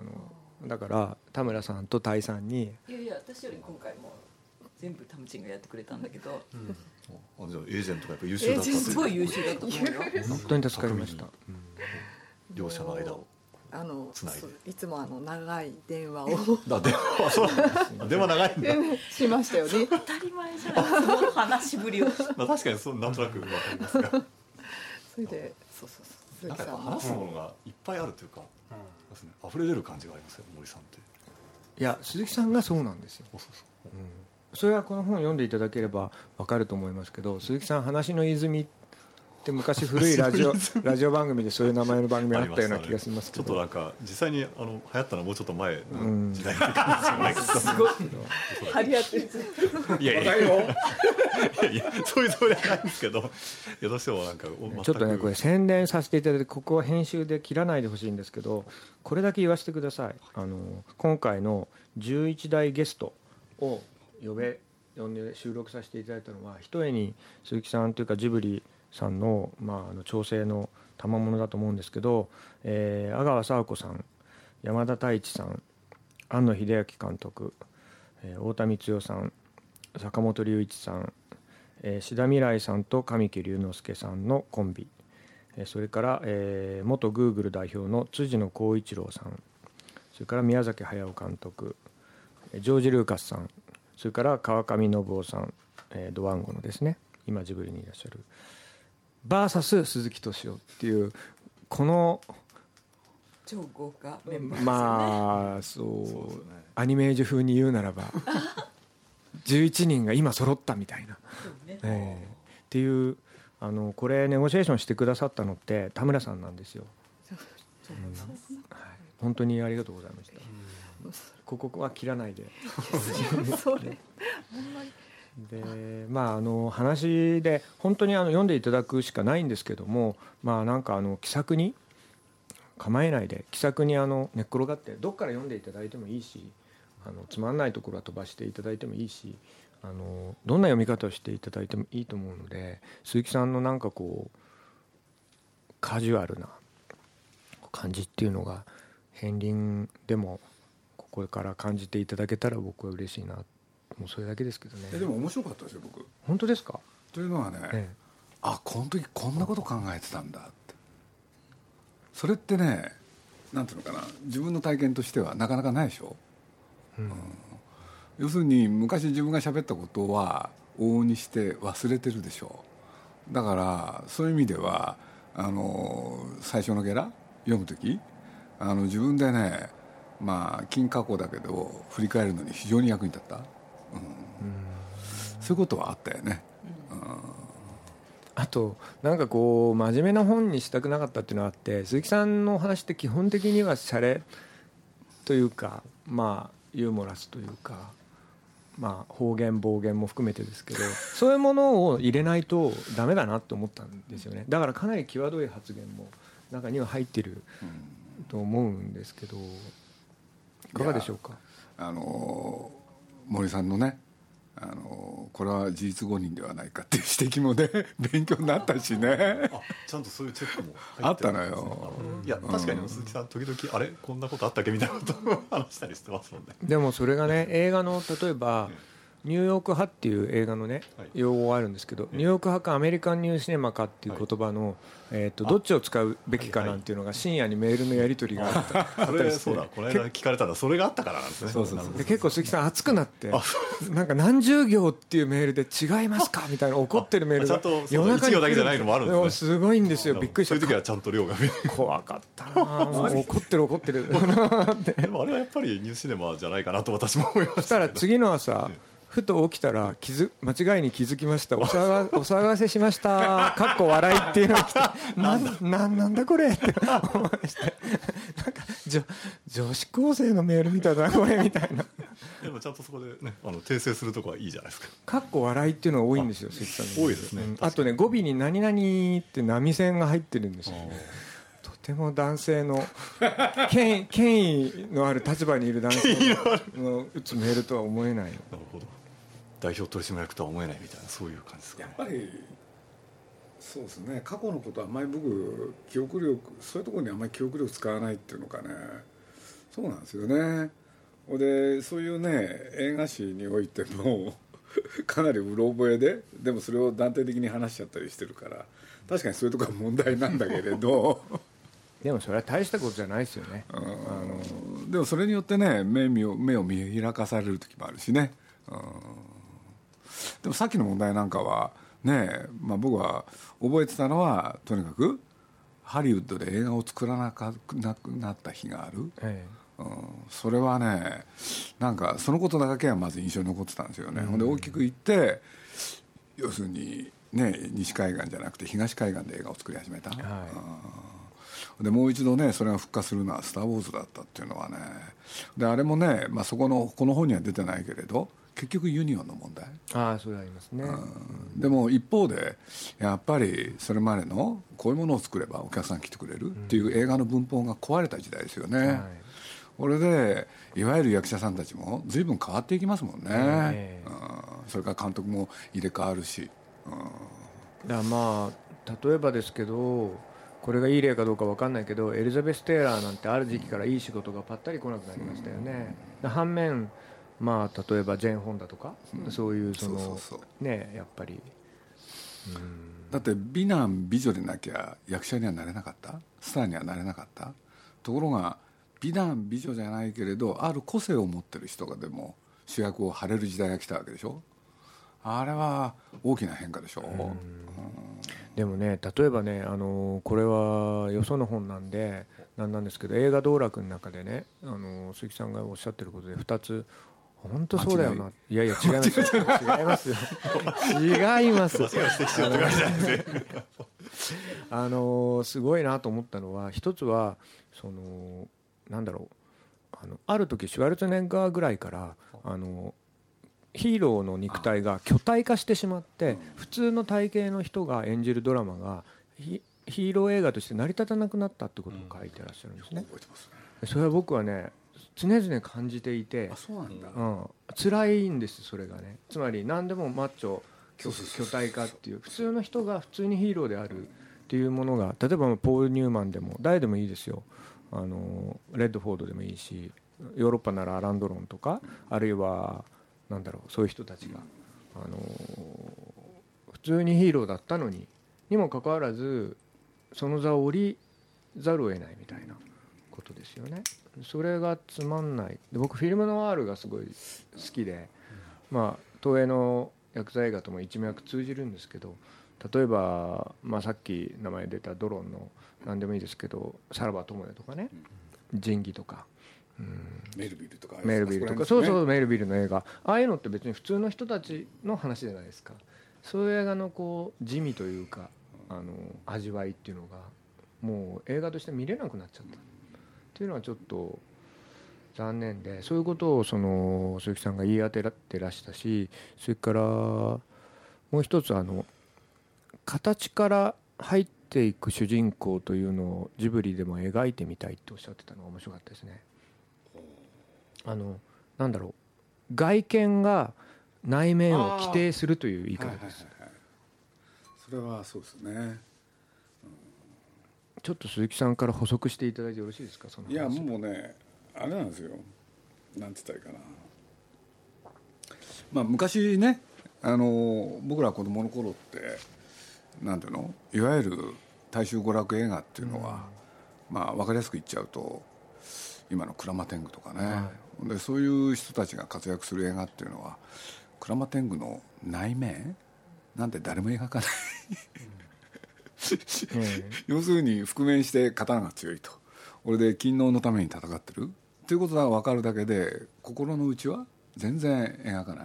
Speaker 2: だから田村さんとタイさんに、
Speaker 4: いやいや私より今回も全部タムチンがやってくれたんだけど、
Speaker 5: じゃあエージェントがやっぱ優秀だった
Speaker 4: すごい優秀だと思うよ
Speaker 2: 本当に助かりました。
Speaker 5: 両者の間をつないで、
Speaker 7: いつも長い電話を
Speaker 5: 電話長いんだ
Speaker 7: しましたよね。
Speaker 4: 当たり前じゃないその話ぶりを
Speaker 5: まあ確かにそうなんとなく分かりますが
Speaker 7: それで
Speaker 5: なんかやっぱ話すものがいっぱいあるというか、溢れ出る感じがありますよ森さんって。
Speaker 2: いや鈴木さんがそうなんですよ。それはこの本を読んでいただければ分かると思いますけど、鈴木さん話の泉って昔古いラジオ番組でそういう名前の番組あったような気がしますけど、
Speaker 5: ちょっとなんか実際に流行ったのはもうちょっと前の時代って感じじゃないですか。すごい
Speaker 7: 張り合ってる。
Speaker 5: いやそういうつもりはないんですけど、いやどうしてもなんか
Speaker 2: ちょっとねこれ宣伝させていただいて、ここは編集で切らないでほしいんですけど、これだけ言わせてください。今回の11代ゲストを呼んで収録させていただいたのは、ひとえに鈴木さんというかジブリさんの、調整の賜物だと思うんですけど、阿川佐和子さん、山田太一さん、庵野秀明監督、太田光代さん、坂本龍一さん、志田未来さんと神木隆之介さんのコンビ、それから、元グーグル代表の辻野浩一郎さん、それから宮崎駿監督、ジョージ・ルーカスさん、それから川上信夫さん、ドワンゴのですね、今ジブリにいらっしゃるバーサス鈴木敏夫っていう、この
Speaker 4: 超豪華メンバーですよね。
Speaker 2: そうアニメージュ風に言うならば11人が今揃ったみたいな、っていうこれネゴシエーションしてくださったのって田村さんなんですよ。本当にありがとうございました。ここは切らないで
Speaker 7: それ
Speaker 2: で話で本当に読んでいただくしかないんですけども、なんか気さくに構えないで、気さくに寝っ転がってどっから読んでいただいてもいいし、つまんないところは飛ばしていただいてもいいし、どんな読み方をしていただいてもいいと思うので、鈴木さんのなんかこうカジュアルな感じっていうのが片鱗でもここから感じていただけたら僕は嬉しいな。もうそれだけですけどね。
Speaker 3: でも面白かったですよ僕。
Speaker 2: 本当ですか。
Speaker 3: というのはね、この時こんなこと考えてたんだって、それってね、なんていうのかな、自分の体験としてはなかなかないでしょ、要するに昔自分が喋ったことは往々にして忘れてるでしょ。だからそういう意味では最初のゲラ読む時自分でね、金過去だけど振り返るのに非常に役に立った、そういうことはあったよね。
Speaker 2: あとなんかこう真面目な本にしたくなかったっていうのがあって、鈴木さんのお話って基本的にはシャレというか、ユーモラスというか、方言暴言も含めてですけどそういうものを入れないとダメだなって思ったんですよね。だからかなり際どい発言も中には入ってると思うんですけど、いかがでしょうか。
Speaker 3: 森さんのね、これは事実誤認ではないかっていう指摘もね勉強になったしね。
Speaker 5: ちゃんとそういうチェックも
Speaker 3: あったのよ。
Speaker 5: いや確かに鈴木さん時々あれこんなことあったっけみたいなことを話したりしてますもんね。
Speaker 2: でもそれがね、映画の例えばニューヨーク派っていう映画のね用語があるんですけど、ニューヨーク派かアメリカンニューシネマかっていう言葉の、どっちを使うべきかなんていうのが深夜にメールのやり取りがあったりして、
Speaker 5: そうだ、この間聞かれたらそれがあったからなんですね。
Speaker 3: そうそうそう。
Speaker 2: で結構鈴木さん熱くなって、なんか何十行っていうメールで違いますかみたいな怒ってるメールが
Speaker 5: 夜中に1行だけじゃないのもあるんですね。
Speaker 2: すごいんですよ、びっくりした。
Speaker 5: そういう時はちゃんと量が
Speaker 2: 怖かったな怒ってる
Speaker 5: でもあれはやっぱりニューシネマじゃないかなと私も思いました。
Speaker 2: そしたら次の朝ふと起きたら間違いに気づきました、お騒がせしましたかっこ笑いっていうのが来てなんだこれって思いまして、なんか女子高生のメールみたいだなこれみたいな。
Speaker 5: でもちゃんとそこでね訂正するとこはいいじゃないですか。
Speaker 2: かっこ笑いっていうのが多いんですよ、関さん。
Speaker 5: 多いですね。
Speaker 2: あとね語尾に何々って波線が入ってるんですよ。とても男性の権威のある立場にいる男性の打つメールとは思えない。なる
Speaker 5: ほど。代表取締役とは思えないみたいな、そういう感じですかね。
Speaker 3: やっぱりそうですね、過去のことはあんまり僕記憶力、そういうところにあんまり記憶力使わないっていうのかね、そうなんですよね。でそういうね映画史においてもかなりうろ覚えでもそれを断定的に話しちゃったりしてるから、確かにそういうところは問題なんだけれど
Speaker 2: でもそれは大したことじゃないですよね。
Speaker 3: でもそれによってね目を見開かされる時もあるしね。でもさっきの問題なんかはね、僕は覚えてたのはとにかくハリウッドで映画を作らなくなった日がある、それはねなんかそのことだけはまず印象に残ってたんですよね。ほんで大きく言って要するにね西海岸じゃなくて東海岸で映画を作り始めた、でもう一度ねそれが復活するのは「スター・ウォーズ」だったっていうのはね、であれもね、この本には出てないけれど結局ユニオンの問題、
Speaker 2: それありますね。
Speaker 3: でも一方でやっぱりそれまでのこういうものを作ればお客さん来てくれるっていう映画の文法が壊れた時代ですよね。これでいわゆる役者さんたちも随分変わっていきますもんね。それから監督も入れ替わるし、
Speaker 2: だから例えばですけど、これがいい例かどうか分かんないけど、エリザベス・テイラーなんてある時期からいい仕事がぱったり来なくなりましたよね。反面例えばジェーン・ホンダとか、そういうねやっぱり、
Speaker 3: だって美男美女でなきゃ役者にはなれなかった、スターにはなれなかった。ところが美男美女じゃないけれどある個性を持ってる人がでも主役を張れる時代が来たわけでしょ。あれは大きな変化でしょ。
Speaker 2: でもね例えばねこれはよその本なんでなんですけど、映画道楽の中でね鈴木さんがおっしゃってることで2つ本当そうだよな。いや違いますよ違いますよ違いますすごいなと思ったのは、一つはある時シュワルツェネッガーぐらいからヒーローの肉体が巨体化してしまって、普通の体型の人が演じるドラマがヒーロー映画として成り立たなくなったってことを書いてらっしゃるんですね。それは僕はね常々感じていて、辛いんです。それがね、つまり何でもマッチョ巨体化っていう、普通の人が普通にヒーローであるっていうものが、例えばポール・ニューマンでも誰でもいいですよ。レッドフォードでもいいし、ヨーロッパならアラン・ドロンとか、あるいはそういう人たちが、普通にヒーローだったのにもかかわらずその座を降りざるを得ないみたいなことですよね。それがつまんない。で僕フィルムノワールがすごい好きで、東映の薬剤映画とも一脈通じるんですけど、例えば、さっき名前出たドロンの何でもいいですけど、さらば友也とかね、仁義とか、
Speaker 3: メルビルとか、
Speaker 2: そうそう、メルビルの映画、ああいうのって別に普通の人たちの話じゃないですか。そういう映画の地味というか味わいっていうのがもう映画として見れなくなっちゃったっていうのはちょっと残念で、そういうことを鈴木さんが言い当ててらしたし、それからもう一つ形から入っていく主人公というのをジブリでも描いてみたいっておっしゃってたのが面白かったですね。外見が内面を規定するという言い方です。
Speaker 3: それはそうですね。
Speaker 2: ちょっと鈴木さんから補足していただいてよろしいですか。
Speaker 3: いやもうねあれなんですよ、なんて言ったらいいかな、 昔ね、僕ら子供の頃ってなんていうの、いわゆる大衆娯楽映画っていうのは、分かりやすく言っちゃうと今のクラマテングとかね、でそういう人たちが活躍する映画っていうのはクラマテングの内面なんて誰も描かない要するに覆面して刀が強いと、俺で勤王のために戦ってるということが分かるだけで心の内は全然描かない、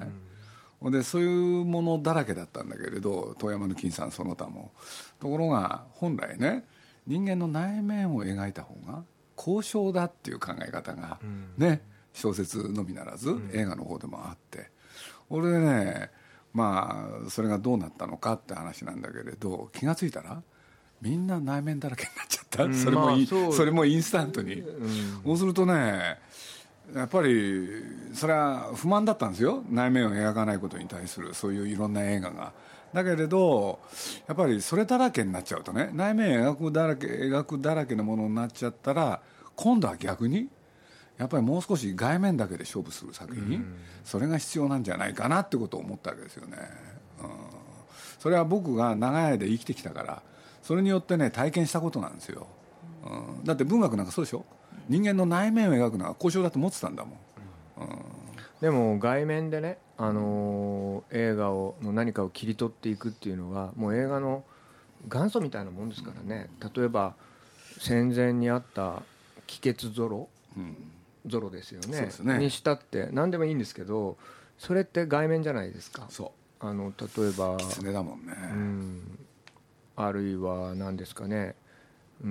Speaker 3: でそういうものだらけだったんだけれど、遠山の金さんその他も。ところが本来ね、人間の内面を描いた方が高尚だっていう考え方がね、小説のみならず映画の方でもあって、俺でね、それがどうなったのかって話なんだけれど、気がついたらみんな内面だらけになっちゃった、それもインスタントに、そうするとね、やっぱりそれは不満だったんですよ、内面を描かないことに対するそういういろんな映画が。だけれどやっぱりそれだらけになっちゃうとね、内面描くだらけのものになっちゃったら、今度は逆にやっぱりもう少し外面だけで勝負する作品、それが必要なんじゃないかなってことを思ったわけですよね、それは僕が長い間生きてきたから、それによってね体験したことなんですよ、だって文学なんかそうでしょ、人間の内面を描くのは高尚だと思ってたんだもん、
Speaker 2: でも外面でね、映画の何かを切り取っていくっていうのはもう映画の元祖みたいなもんですからね。例えば戦前にあった気血ゾロですよ ね、にしたって何でもいいんですけど、それって外面じゃないですか。
Speaker 3: そう
Speaker 2: 例えば
Speaker 3: 狐だもんね、
Speaker 2: あるいは何ですかね、バ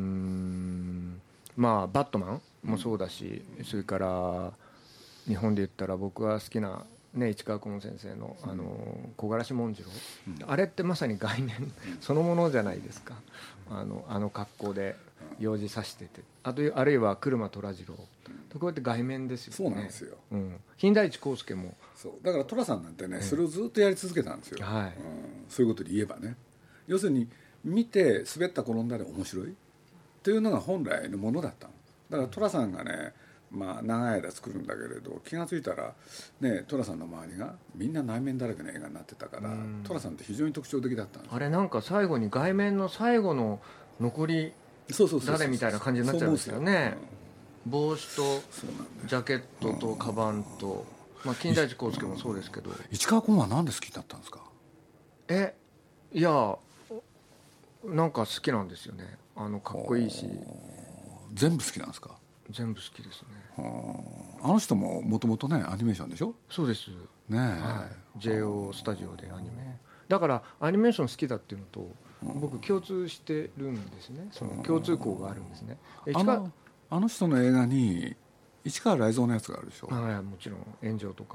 Speaker 2: ットマンもそうだし、それから日本で言ったら僕が好きな、市川崑先生の木枯らし紋次郎、あれってまさに外面そのものじゃないですか。あの格好で用事さしてて、あるいは車虎次郎、こうやって外面ですよね。
Speaker 3: そうなんですよ、
Speaker 2: 金田一耕助も
Speaker 3: そうだから寅さんなんてね、それをずっとやり続けたんですよ、そういうことで言えばね、要するに見て滑った転んだで面白いというのが本来のものだったの。だから寅さんがね、長い間作るんだけれど、気がついたらね、寅さんの周りがみんな内面だらけの映画になってたから、寅さんって非常に特徴的だったんです。
Speaker 2: あれなんか最後に外面の最後の残り誰みたいな感じになっちゃうんですよね。帽子とジャケットとカバンと、金田一耕助もそうですけど。
Speaker 3: 市川崑はなんで好きになったんですか？
Speaker 2: いやなんか好きなんですよね。かっこいいし。
Speaker 3: 全部好きなんですか？
Speaker 2: 全部好きですね。
Speaker 3: あの人ももともとねアニメーションでしょ？
Speaker 2: そうです
Speaker 3: ね、
Speaker 2: JO スタジオでアニメだからアニメーション好きだっていうのと僕共通してるんですね。その共通項があるんですね。
Speaker 3: あの人の映画に市川雷蔵のやつがあるでしょ。
Speaker 2: もちろん炎上とか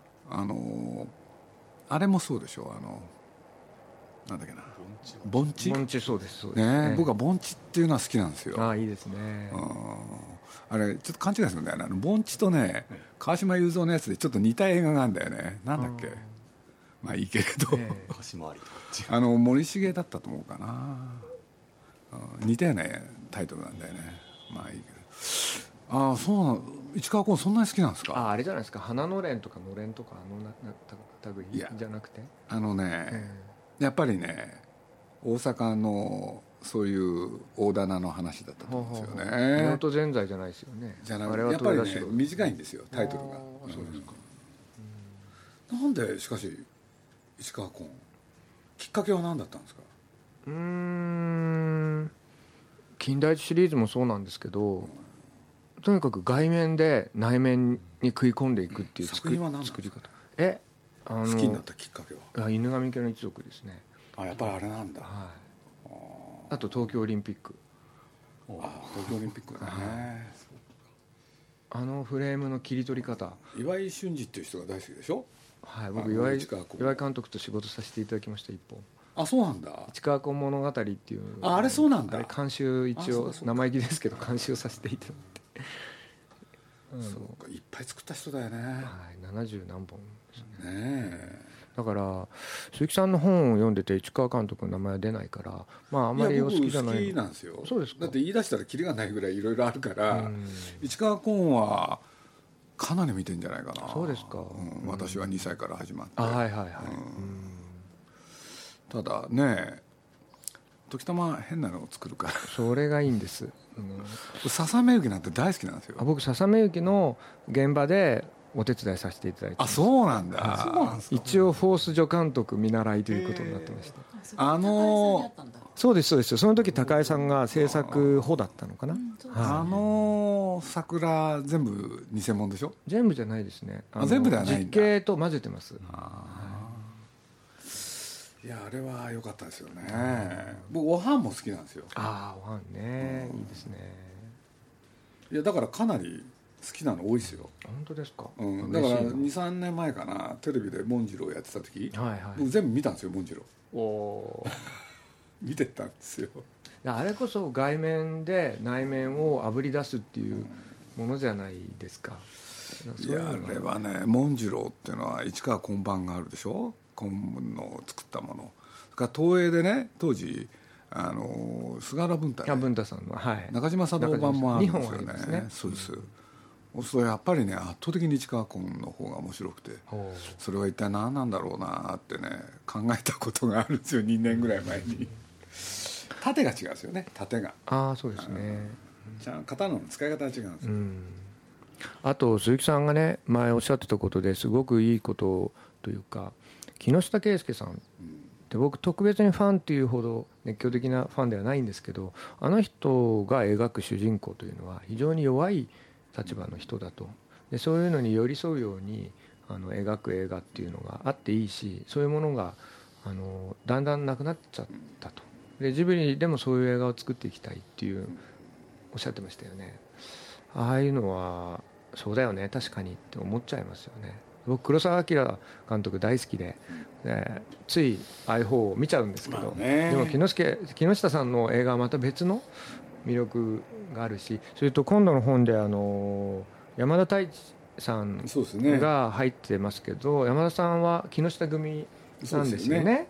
Speaker 3: あれもそうでしょ。なんだっけな、盆地
Speaker 2: そうです
Speaker 3: ね。僕は盆地っていうのは好きなんですよ。
Speaker 2: いいですね。
Speaker 3: あれちょっと勘違いするんだよね。盆地とね川島雄三のやつでちょっと似た映画があるんだよね。なんだっけ、いいけれど、森重だったと思うかな。似たようなタイトルなんだよね。いいけど、そうなの。市川崑そんなに好きなんですか？
Speaker 2: あれじゃないですか、花のれんとかのれんとか類じゃなくて、
Speaker 3: やっぱりね大阪のそういう大棚の話だったと思うんですよね。
Speaker 2: 夫婦ぜんざいじゃないですよね。
Speaker 3: じゃなくてやっぱりね短いんですよタイトルが。
Speaker 2: そうですか。
Speaker 3: なんでしかし市川崑きっかけは何だったんですか？
Speaker 2: 金田一シリーズもそうなんですけど、とにかく外面で内面に食い込んでいくっていう
Speaker 3: 作り方。
Speaker 2: 好
Speaker 3: きになったきっかけは
Speaker 2: 犬神家の一族ですね。
Speaker 3: やっぱりあれなんだ。
Speaker 2: あと東京オリンピック。
Speaker 3: 東京オリンピックね。
Speaker 2: フレームの切り取り方。
Speaker 3: 岩井俊二っていう人が大好きでしょ。
Speaker 2: 僕岩井監督と仕事させていただきました一本。
Speaker 3: そうなんだ。
Speaker 2: 市川崑物語っていう。
Speaker 3: あれそうなんだ。
Speaker 2: あれ監修一応生意気ですけど監修させていただいて。
Speaker 3: そうか、いっぱい作った人だよね。
Speaker 2: 70何本です
Speaker 3: ね。
Speaker 2: だから鈴木さんの本を読んでて市川監督の名前は出ないから、あんまりお好きじゃない。
Speaker 3: 好きなんですよ。
Speaker 2: そうですか。
Speaker 3: だって言い出したらキリがないぐらいいろいろあるから、市川崑はかなり見てんじゃないかな。
Speaker 2: そうですか、
Speaker 3: 私は2歳から始まって、
Speaker 2: はいはいはい、
Speaker 3: ただね時たま変なのを作るから
Speaker 2: それがいいんです、
Speaker 3: ささめゆきなんて大好きなんですよ。
Speaker 2: 僕ささめゆきの現場でお手伝いさせていただいて、
Speaker 3: あ、そうなんだ。
Speaker 2: 一応フォース助監督見習いということになってました。そうですそうです。その時高井さんが制作補だったのかな、
Speaker 3: 桜全部偽物でしょ。
Speaker 2: 全部じゃないですね。
Speaker 3: 全部ではないんだ。
Speaker 2: 実景と混ぜてます。
Speaker 3: いやあれは良かったですよね。僕おはんも好きなんですよ。
Speaker 2: おはんね、いいですね。
Speaker 3: いやだからかなり好きなの多いですよ。
Speaker 2: 本当ですか。
Speaker 3: だから 2,3 年前かな、テレビでモンジローやってた時、僕全部見たんですよ。モンジロー見てたんですよ。
Speaker 2: あれこそ外面で内面をあぶり出すっていうものじゃないですか。
Speaker 3: いやあれはね、モンジローっていうのは市川崑版があるでしょ。昆布の作ったもの。それから東映でね、当時菅原文太、
Speaker 2: 文太さんの、
Speaker 3: 中島佐藤版もあるんですよね。
Speaker 2: 2本ありますね。
Speaker 3: そうです。それやっぱりね、圧倒的に市川崑の方が面白くて、それは一体何なんだろうなってね考えたことがあるんですよ。2年ぐらい前に縦が違うんですよね。縦が
Speaker 2: そうですね。
Speaker 3: 刀の使い方が違うんですよ。
Speaker 2: あと鈴木さんがね前おっしゃってたことですごくいいことというか、木下圭介さんで、僕特別にファンっていうほど熱狂的なファンではないんですけど、あの人が描く主人公というのは非常に弱い立場の人だと。でそういうのに寄り添うように描く映画っていうのがあっていいし、そういうものがだんだんなくなっちゃったと。でジブリでもそういう映画を作っていきたいっていうおっしゃってましたよね。ああいうのはそうだよね確かにって思っちゃいますよね。僕黒澤明監督大好きで、ついああいう方を見ちゃうんですけど、でも木下さんの映画はまた別の魅力があるし、それと今度の本で山田太一さんが入ってますけど、山田さんは木下組なんですよね。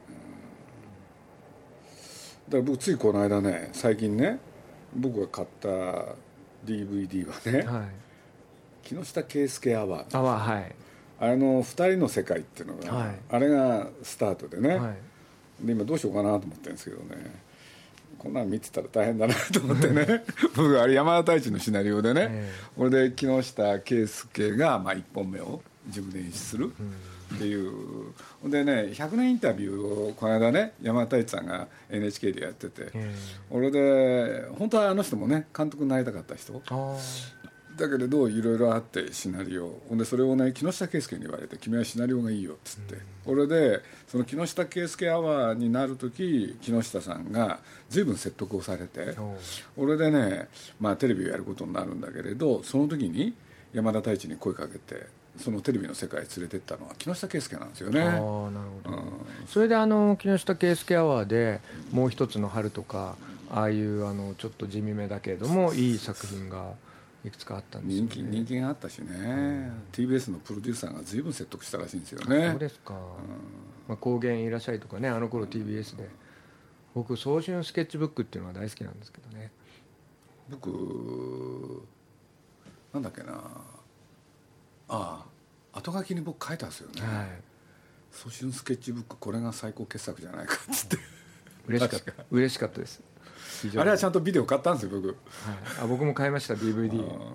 Speaker 3: だから僕ついこの間ね、最近ね僕が買った DVD はね、木下圭介アワー、2人の世界っていうのが、あれがスタートでね、で今どうしようかなと思ってるんですけどね、こんなの見てたら大変だなと思ってね僕あれ山田太一のシナリオでね、これで木下圭介が1本目を自分で演出するっていうでね、100年インタビューをこの間ね山田太一さんが NHK でやってて、俺で本当はあの人もね監督になりたかった人だけれどいろいろあってシナリオで、それをね木下圭介に言われて、君はシナリオがいいよっつって、俺でその木下圭介アワーになる時木下さんが随分説得をされて、俺でねテレビをやることになるんだけれど、その時に山田太一に声かけてそのテレビの世界に連れてったのは木下圭介なんですよね。
Speaker 2: なるほど、それで木下圭介アワーでもう一つの春とか、ああいうちょっと地味めだけれどもいい作品がいくつかあったんですよね。
Speaker 3: 人気があったしね、TBS のプロデューサーが随分説得したらしいんですよね。
Speaker 2: そうですか。高原いらっしゃいとかね、あの頃 TBS で、僕早春スケッチブックっていうのが大好きなんですけどね。
Speaker 3: 僕なんだっけな、後書きに僕書いたんですよね、早春スケッチブックこれが最高傑作じゃないかっつって
Speaker 2: 嬉しかったです。
Speaker 3: あれはちゃんとビデオ買ったんですよ僕。
Speaker 2: 僕も買いました DVD。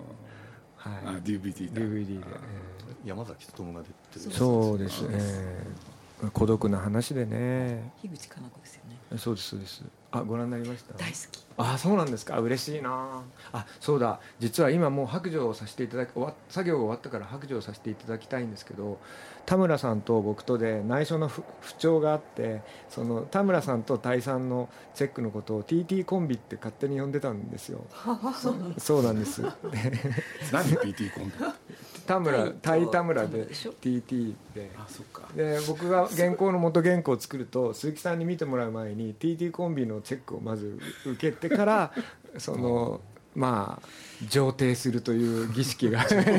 Speaker 3: DVD
Speaker 2: で、
Speaker 5: 山崎努が出てる。
Speaker 2: そうですね。孤独な話でね。
Speaker 4: 樋口加奈子ですよね。
Speaker 2: そうですそうです。ご覧になりました。
Speaker 4: 大好き。
Speaker 2: そうなんですか。嬉しいな。そうだ、実は今もう白状をさせていただき、作業が終わったから白状させていただきたいんですけど、田村さんと僕とで内緒の不調があって、その田村さんとタイさんのチェックのことを TT コンビって勝手に呼んでたんですよ。そうなんです。
Speaker 3: 何 TT コンビ？
Speaker 2: タイ田村で TT で、で僕が原稿の元原稿を作ると鈴木さんに見てもらう前に TT コンビのチェックをまず受けてからその上呈するという儀式があった。
Speaker 3: し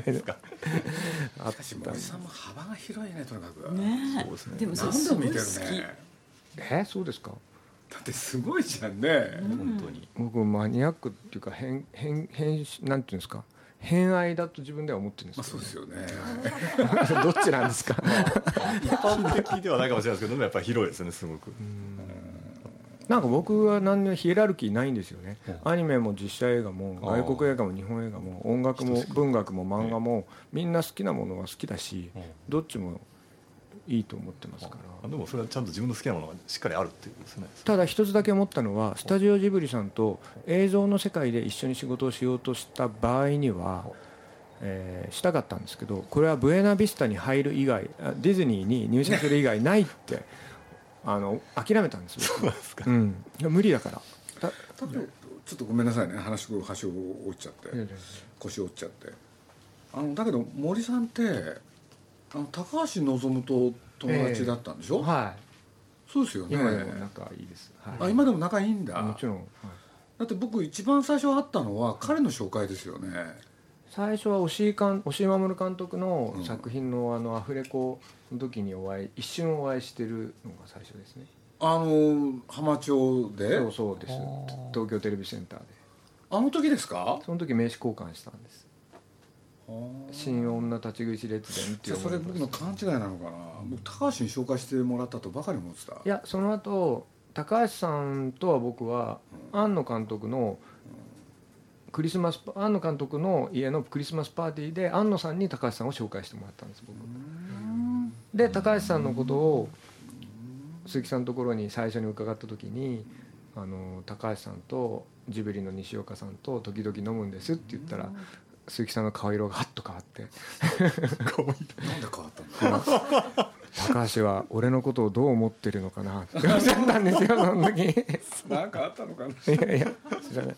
Speaker 3: かし森さんも幅が広いね、とにかく
Speaker 4: ね。
Speaker 3: そうですね。
Speaker 4: でも
Speaker 3: 何度も見てるね。
Speaker 2: そうですか。
Speaker 3: だってすごいじゃんね、本当に。
Speaker 2: 僕マニアックっていうかなんていうんですか、 偏愛だと自分では思ってるんです
Speaker 3: そう
Speaker 2: けど、
Speaker 3: ですよね
Speaker 2: どっちなんですか。
Speaker 5: 一般的ではないかもしれないですけど、でもやっぱり広いですよね、すごく。
Speaker 2: なんか僕は何のヒエラルキーないんですよね、アニメも実写映画も外国映画も日本映画も音楽も文学も漫画もみんな好きなものは好きだし、どっちもいいと思ってますから。
Speaker 5: でもそれはちゃんと自分の好きなものがしっかりあるっていうことですね。
Speaker 2: ただ一つだけ思ったのは、スタジオジブリさんと映像の世界で一緒に仕事をしようとした場合には、したかったんですけど、これはブエナビスタに入る以外、ディズニーに入社する以外ないって諦めたんですよ。
Speaker 5: そうなんですか、
Speaker 2: 無理だから。
Speaker 3: ちょっとごめんなさいね、話を端を折っちゃって腰を折っちゃって、だけど森さんって高橋望と友達だったんでしょ。
Speaker 2: はい、
Speaker 3: そうですよね。
Speaker 2: 今でも仲いいです、はい、
Speaker 3: 今でも仲いいんだ。
Speaker 2: もちろん、はい、
Speaker 3: だって僕一番最初会ったのは彼の紹介ですよね。
Speaker 2: 最初は押井守監督の作品のアフレコの時に一瞬お会いしてるのが最初ですね。
Speaker 3: 浜町で。
Speaker 2: そうです、東京テレビセンターで。
Speaker 3: あの時ですか。
Speaker 2: その時名刺交換したんです。新女立ち食いし列伝っていう。
Speaker 3: それ僕の勘違いなのかな。僕高橋に紹介してもらったとばかり思ってた。い
Speaker 2: や、その後高橋さんとは僕は庵野監督の庵野監督の家のクリスマスパーティーで庵野さんに高橋さんを紹介してもらったんです僕で。高橋さんのことを鈴木さんのところに最初に伺った時に、高橋さんとジブリの西岡さんと時々飲むんですって言ったら、鈴木さんの顔色がハッと変わって
Speaker 3: なんで変わったの。
Speaker 2: 高橋は俺のことをどう思ってるのかなっておっしゃったんですよ、その時。
Speaker 3: なんかあったのかな。
Speaker 2: いや知らない。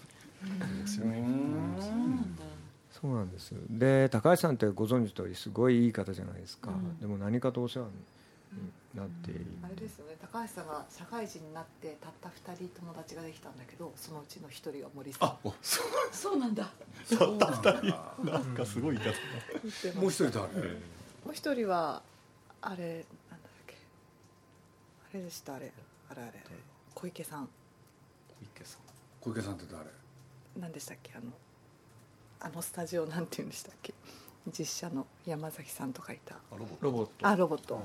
Speaker 2: そうなんです。で、高橋さんってご存知通りすごいいい方じゃないですか、でも何かとお世話になっている。
Speaker 7: あれですよね、高橋さんが社会人になってたった2人友達ができたんだけど、そのうちの1人が森さん。
Speaker 4: そうなんだ。
Speaker 5: たった2人なんかすごい言い方。
Speaker 3: もう一人誰。
Speaker 7: もう1人はあれなんだっけ、あれでした、あれ小池さん
Speaker 3: 小池さんって誰。
Speaker 7: 何でしたっけ、スタジオなんて言うんでしたっけ、実写の山崎さんとかいた
Speaker 2: ロボット。
Speaker 7: ロボット。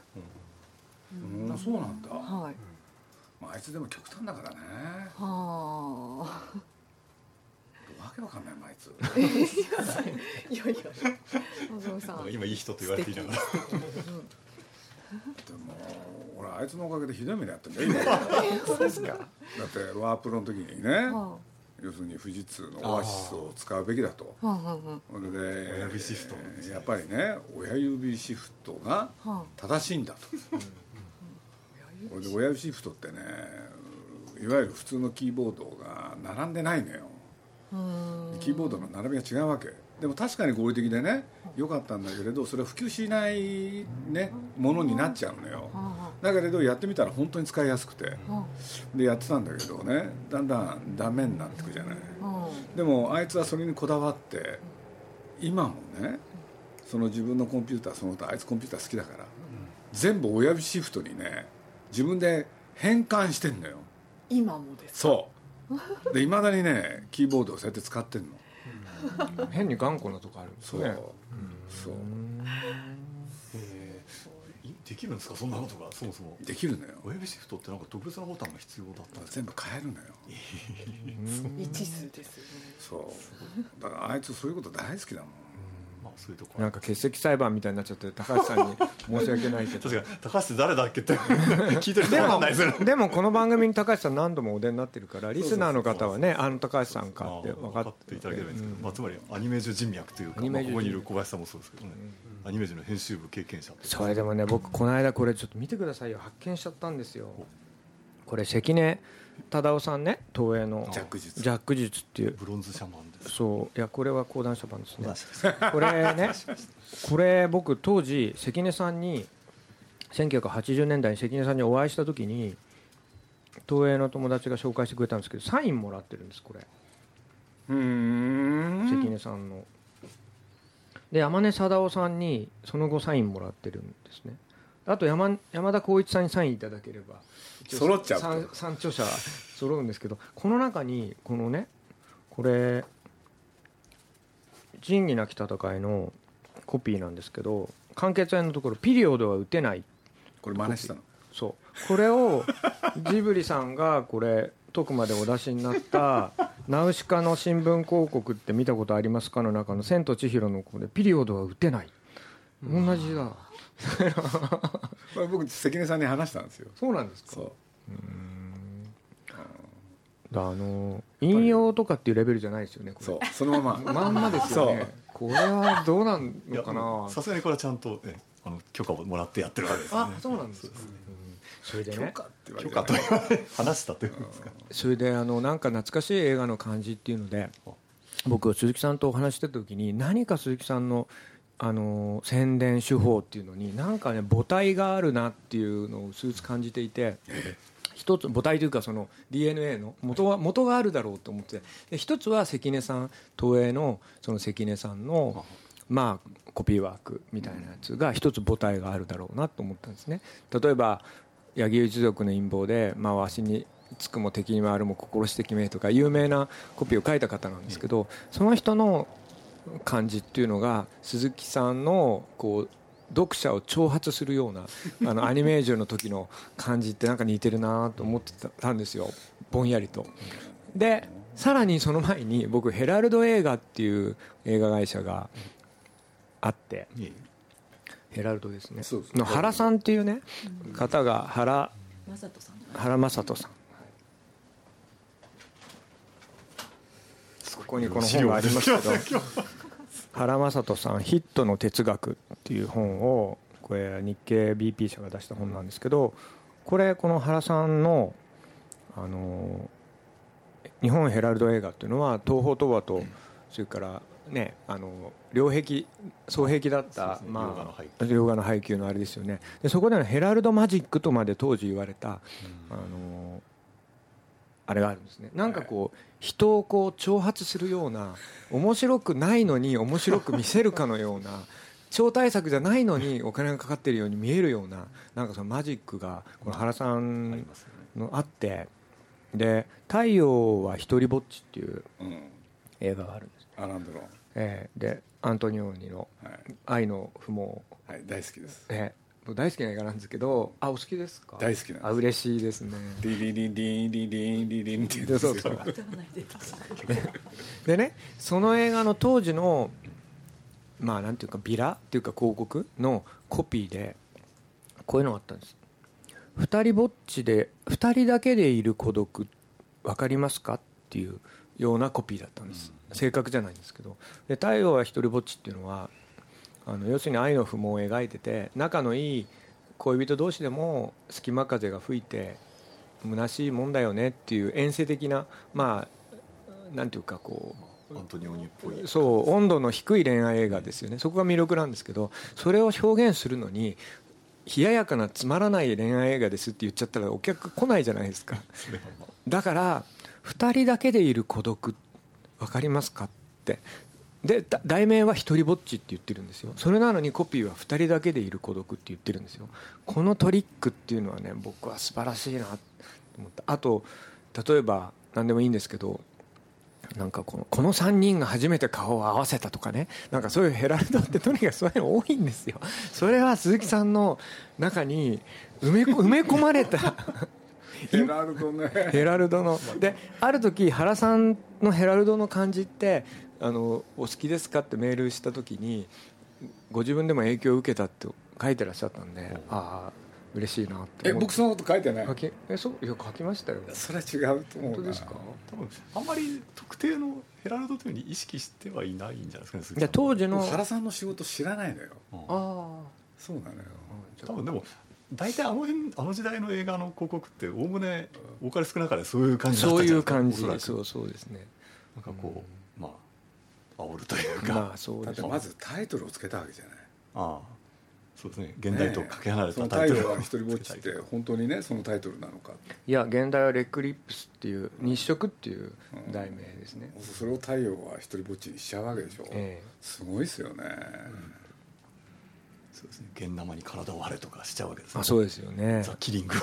Speaker 3: そうなんだ。
Speaker 7: はい。
Speaker 3: あいつでも極端だからね。
Speaker 7: はあ。
Speaker 3: わけわかんないあいつ。
Speaker 7: いやのぞみさん。
Speaker 5: 今いい人と言われていながら。で
Speaker 3: も俺あいつのおかげでひどい目にあったんだよ。
Speaker 7: そうですか。
Speaker 3: だってワープロの時にね、要するに富士通のオアシスを使うべきだと。それで
Speaker 5: 親指シフト、
Speaker 3: やっぱりね、親指シフトが正しいんだと。これで親指シフトってね、いわゆる普通のキーボードが並んでないのよ。キーボードの並びが違うわけでも確かに合理的でね良かったんだけれど、それは普及しない、ね、ものになっちゃうのよ。だけれどやってみたら本当に使いやすくて、でやってたんだけどね、だんだんダメになってくじゃない。でもあいつはそれにこだわって今もね、その自分のコンピューター、その他あいつコンピューター好きだから全部親指シフトにね自分で変換してんのよ。
Speaker 7: 今もですか。
Speaker 3: そうで、いまだにねキーボードをそうやって使ってんの。
Speaker 2: 変に頑固なとこあるんですね。
Speaker 3: そう
Speaker 5: できるんですか、そんなことが。そもそも
Speaker 3: できるのよ。
Speaker 5: 親指シフトってなんか特別なボタンが必要だったんですか。
Speaker 3: 全部変えるのよ。
Speaker 7: 一途ですよね。
Speaker 3: そうだからあいつそういうこと大好きだもん。
Speaker 5: そういうとこ
Speaker 2: なんか欠席裁判みたいになっちゃって高橋さんに申し訳ないけど
Speaker 5: 確かに高橋って誰だっけって聞いてる人分かんないですよね。
Speaker 2: でもこの番組に高橋さん何度もお出になってるから、リスナーの方はね、高橋さんかって分かって
Speaker 5: いただければいいんですけど、つまりアニメージュ人脈というか、ここにいる小林さんもそうですけどね、アニメージュの編集部経験者。
Speaker 2: それでもね、僕この間これちょっと見てくださいよ、発見しちゃったんですよ。これ関根忠夫さんね、東映のジャック術っていう
Speaker 5: ブロンズシャマンです。
Speaker 2: そう、いやこれは講談社版ですね。これね、これ僕当時関根さんに1980年代に関根さんにお会いした時に東映の友達が紹介してくれたんですけど、サインもらってるんですこれ。関根さんので、山根貞夫さんにその後サインもらってるんですね。あと山田光一さんにサインいただければ
Speaker 3: 揃っちゃう。
Speaker 2: 3著者揃うんですけど、この中にこのね、これ仁義なき戦いのコピーなんですけど、完結編のところピリオドは打てない、
Speaker 3: これ真似したの。
Speaker 2: そうこれをジブリさんがこれ徳までお出しになったナウシカの新聞広告って見たことありますかの中の千と千尋の子でピリオドは打てない、同じだ。
Speaker 3: これ僕関根さんに話したんですよ。
Speaker 2: そうなんですか。
Speaker 3: そう
Speaker 2: 引用とかっていうレベルじゃないですよね、これ。
Speaker 3: そうそのまま
Speaker 2: まんまですよね。これはどうなんのかな。
Speaker 5: さすがにこれはちゃんと、ね、許可をもらってやってるわけですね。
Speaker 2: あ、そうなんですか。それでね、
Speaker 5: 許可と話したというんですか。
Speaker 2: それでなんか懐かしい映画の感じっていうので、僕鈴木さんとお話してた時に、何か鈴木さんの宣伝手法っていうのになんかね母体があるなっていうのを薄々感じていて、一つ母体というかその DNA の元があるだろうと思って、で一つは関根さん、東映のその関根さんのまあコピーワークみたいなやつが一つ母体があるだろうなと思ったんですね。例えば柳生一族の陰謀で、まあ、わしにつくも敵に回るも心して決めとか有名なコピーを書いた方なんですけど、その人の感じっていうのが鈴木さんのこう読者を挑発するようなアニメージョンの時の感じってなんか似てるなと思ってたんですよ、ぼんやりと。でさらにその前に僕ヘラルド映画っていう映画会社があって、ヘラルドですねの原さんっていうね方が原正人さん、ここにこの本がありますけど原正人さんヒットの哲学っていう本を、これ日経 BP 社が出した本なんですけど、この原さんの日本ヘラルド映画っていうのは東宝東亜とそれからね両壁双壁だった、まあ両画の配給のあれですよね。でそこでのヘラルドマジックとまで当時言われたあれがあるんですね。なんかこう人をこう挑発するような、面白くないのに面白く見せるかのような、超大作じゃないのにお金がかかっているように見えるような、なんかそのマジックがこの原さんのあって、で太陽は一人ぼっちっていう映画があるんです、
Speaker 3: アランドロン、
Speaker 2: でアントニオーニの愛の不毛、
Speaker 3: はい、大好きです、
Speaker 2: 大好きな映画なんですけど、お好きですか？
Speaker 3: 大好きなんです。
Speaker 2: 嬉しいですね。
Speaker 3: リリリリリリリリンって言うんですよ。そう
Speaker 2: でね、その映画の当時のまあなんていうかビラっていうか広告のコピーでこういうのがあったんです。二人ぼっちで二人だけでいる孤独わかりますかっていうようなコピーだったんです。正確じゃないんですけど、で太陽は一人ぼっちっていうのは要するに愛の不毛を描いてて、仲のいい恋人同士でも隙間風が吹いて虚しいもんだよねっていう遠征的な、まあなんていうかこう
Speaker 5: アントニオニっぽい、
Speaker 2: そう温度の低い恋愛映画ですよね。そこが魅力なんですけど、それを表現するのに冷ややかなつまらない恋愛映画ですって言っちゃったらお客来ないじゃないですか。だから二人だけでいる孤独わかりますかって、で題名は一人ぼっちって言ってるんですよ。それなのにコピーは二人だけでいる孤独って言ってるんですよ。このトリックっていうのはね、僕は素晴らしいなと思った。あと例えば何でもいいんですけど、なんかこの3人が初めて顔を合わせたとかね、なんかそういうヘラルドってとにかくそういうの多いんですよ。それは鈴木さんの中に埋め込まれた
Speaker 3: ヘラルドね、
Speaker 2: ヘラルドので、ある時原さんのヘラルドの感じってお好きですかってメールした時にご自分でも影響を受けたって書いてらっしゃったんで、ああ嬉しいなって
Speaker 3: 僕そのこと書いてない。
Speaker 2: そう書きましたよ。
Speaker 3: それは違うと思うな。
Speaker 2: 本当ですか？
Speaker 5: 多分あんまり特定のヘラルドというふうに意識してはいないんじゃないですかね。
Speaker 2: で当時の
Speaker 3: 原さんの仕事知らないのよ。
Speaker 2: ああ
Speaker 3: そうなのよ。
Speaker 5: 多分でも大体あの時代の映画の広告っておおむね多かれ少なかれそういう感じだったじゃないですか。
Speaker 2: そういう感じ、そうですね。
Speaker 5: なんかこう、まあ煽るというか、
Speaker 2: まあそうです。
Speaker 3: だってまずタイトルをつけたわけじゃない。
Speaker 5: ああそうですね、現代とかけ離れた
Speaker 3: タイトルは一人ぼっちって本当にねそのタイトルなのか。
Speaker 2: いや現代はレクリップスっていう日食っていう題名ですね。
Speaker 3: それを太陽は一人ぼっちにしちゃうわけでしょ。すごいですよね。
Speaker 5: そうですね、現生に体を割れとかしちゃうわけですね。
Speaker 2: あ、そうですよね。
Speaker 5: ザ・キリング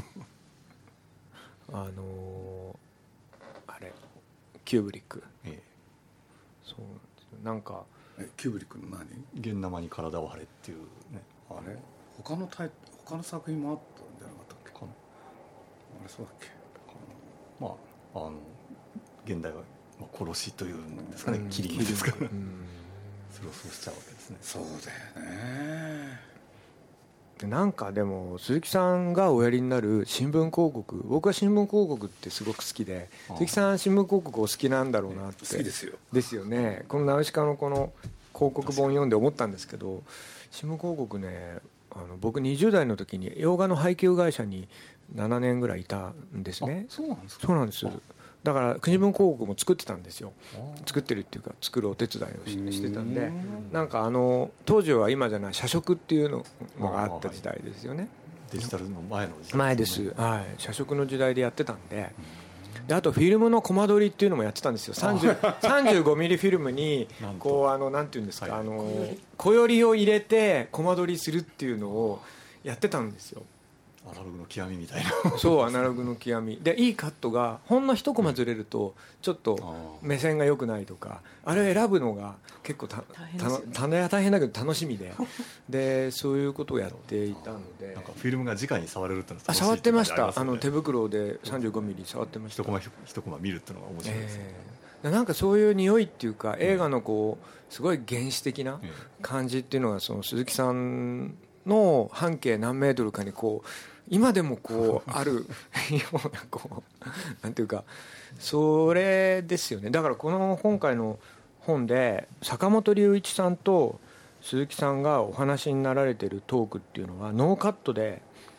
Speaker 2: あれキューブリック、そうなんですよなんか
Speaker 3: キューブリックの何
Speaker 5: 現生に体を張れっていうね、
Speaker 3: あれ他の作品もあったんじゃなかったっけかな、あれそうだっけ、
Speaker 5: まあ現代は殺しというんですかね、キリングですから、それをそうしちゃうわけですね。
Speaker 3: そうだよね。
Speaker 2: なんかでも鈴木さんがおやりになる新聞広告、僕は新聞広告ってすごく好きで、鈴木さん新聞広告お好きなんだろうなって。
Speaker 3: 好きですよ。
Speaker 2: ですよね。このナウシカのこの広告本読んで思ったんですけど、新聞広告ね、僕20代の時に洋画の配給会社に7年ぐらいいたんですね。
Speaker 5: そうなんですか。
Speaker 2: そうなんです。だから新聞広告も作ってたんですよ。作ってるっていうか作るお手伝いをしてたんで、なんか当時は今じゃない社食っていうのがあった時代ですよね。
Speaker 5: デジタルの前の時代。
Speaker 2: 前です。はい。社食の時代でやってたんで。であとフィルムのコマ撮りっていうのもやってたんですよ。35ミリフィルムにこうなんていうんですか、小よりを入れてコマ撮りするっていうのをやってたんですよ。
Speaker 5: アナログの極みみたいな。
Speaker 2: そうアナログの極みで、いいカットがほんの一コマずれるとちょっと目線が良くないとか、あれを選ぶのが結構大変だけど楽しみでそういうことをやっていたので、
Speaker 5: なんかフィルムが直に触れるってのは楽しい。
Speaker 2: 触ってました。手袋で35ミリ触ってました。
Speaker 5: 一コマ見るっていうのが面白いですね。
Speaker 2: なんかそういう匂いっていうか、映画のこうすごい原始的な感じっていうのが、その鈴木さんの半径何メートルかにこう今でもこうあるようなこうなんていうか、それですよね。だからこの今回の本で坂本龍一さんと鈴木さんがお話になられているトークっていうのはノーカットで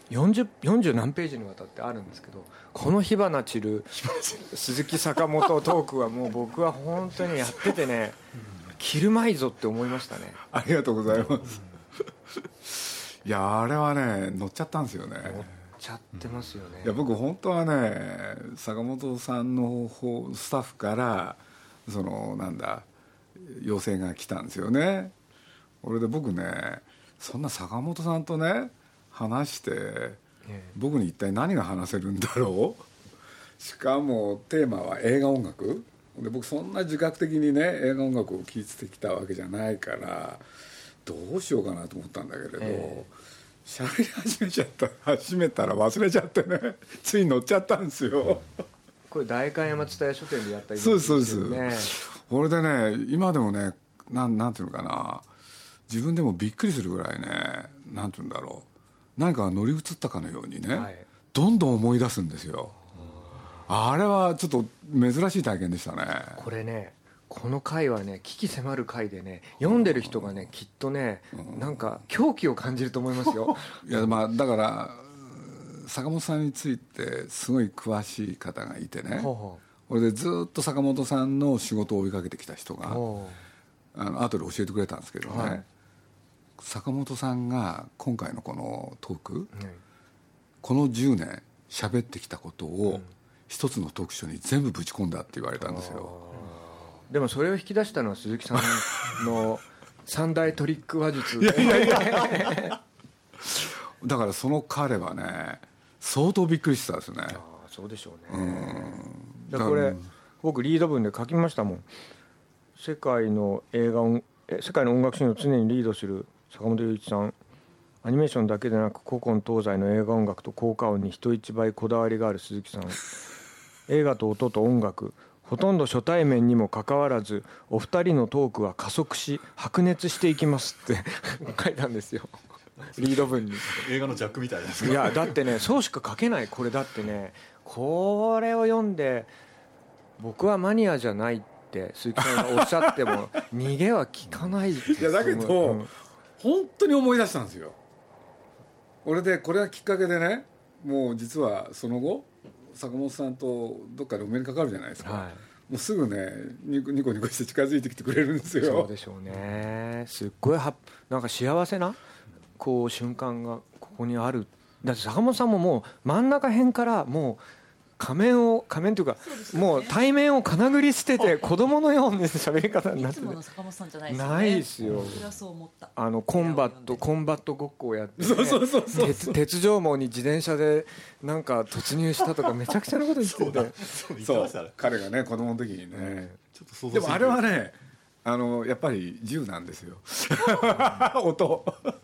Speaker 2: 40何ページにわたってあるんですけど、この火花散る鈴木坂本トークはもう僕は本当にやっててね、切るまいぞって思いましたね。
Speaker 3: ありがとうございます。いやあれはね乗っちゃったんですよね。
Speaker 2: 乗っちゃってますよね。
Speaker 3: いや僕本当はね坂本さんのスタッフからそのなんだ要請が来たんですよね。これで僕ねそんな坂本さんとね話して僕に一体何が話せるんだろう。しかもテーマは映画音楽で、僕そんな自覚的にね映画音楽を聴いてきたわけじゃないからどうしようかなと思ったんだけれど、喋り始めたら忘れちゃってねつい乗っちゃったんですよ。
Speaker 2: これ代官山蔦屋書店でやったイベン
Speaker 3: トですよね。
Speaker 2: そうです。
Speaker 3: これでね今でもねなんていうのかな、自分でもびっくりするぐらいね、なんていうんだろう、何かが乗り移ったかのようにね、はい、どんどん思い出すんですよ。あれはちょっと珍しい体験でしたね。
Speaker 2: これね、この回はね危機迫る回でね、読んでる人がねきっとね、なんか狂気を感じると思いますよ。
Speaker 3: いやまあだから坂本さんについてすごい詳しい方がいてね、これでずっと坂本さんの仕事を追いかけてきた人が後で教えてくれたんですけどね、はい、坂本さんが今回のこのトーク、この10年喋ってきたことを一つのトークショーに全部ぶち込んだって言われたんですよ。
Speaker 2: でもそれを引き出したのは鈴木さんの三大トリック話術。
Speaker 3: だからその彼はね相当びっくりしてたですね。
Speaker 2: そうでしょうね。だからこれ僕リード文で書きましたもん。世界の音楽シーンを常にリードする坂本龍一さん、アニメーションだけでなく古今東西の映画音楽と効果音に人一倍こだわりがある鈴木さん。映画と音と音楽、ほとんど初対面にもかかわらずお二人のトークは加速し白熱していきますって書いたんですよ、リード文に。
Speaker 5: 映画のジャックみたいです。
Speaker 2: いやだってねそうしか書けない。これだってね、これを読んで僕はマニアじゃないって鈴木さんがおっしゃっても逃げは効かないです。
Speaker 3: いやだけど、本当に思い出したんですよ。俺でこれがきっかけでね、もう実はその後坂本さんとどっかでお目にかかるじゃないですか、はい、もうすぐねニコニコして近づいてきてくれるんですよ。
Speaker 2: そうでしょうね。すっごいなんか幸せなこう瞬間がここにある。だって坂本さんももう真ん中辺からもう仮面というか、もう対面をかなぐり捨てて子供のような喋り方になって、いつも
Speaker 4: の坂本さんじゃないですよね。
Speaker 2: ないですよ。
Speaker 4: それはそう思った。
Speaker 2: コンバットごっこをやって、ね、鉄条網に自転車でなんか突入したとかめちゃくちゃなこと言ってて、
Speaker 3: そう彼がね子供の時にね、ちょっとでもあれはねやっぱり10なんですよ音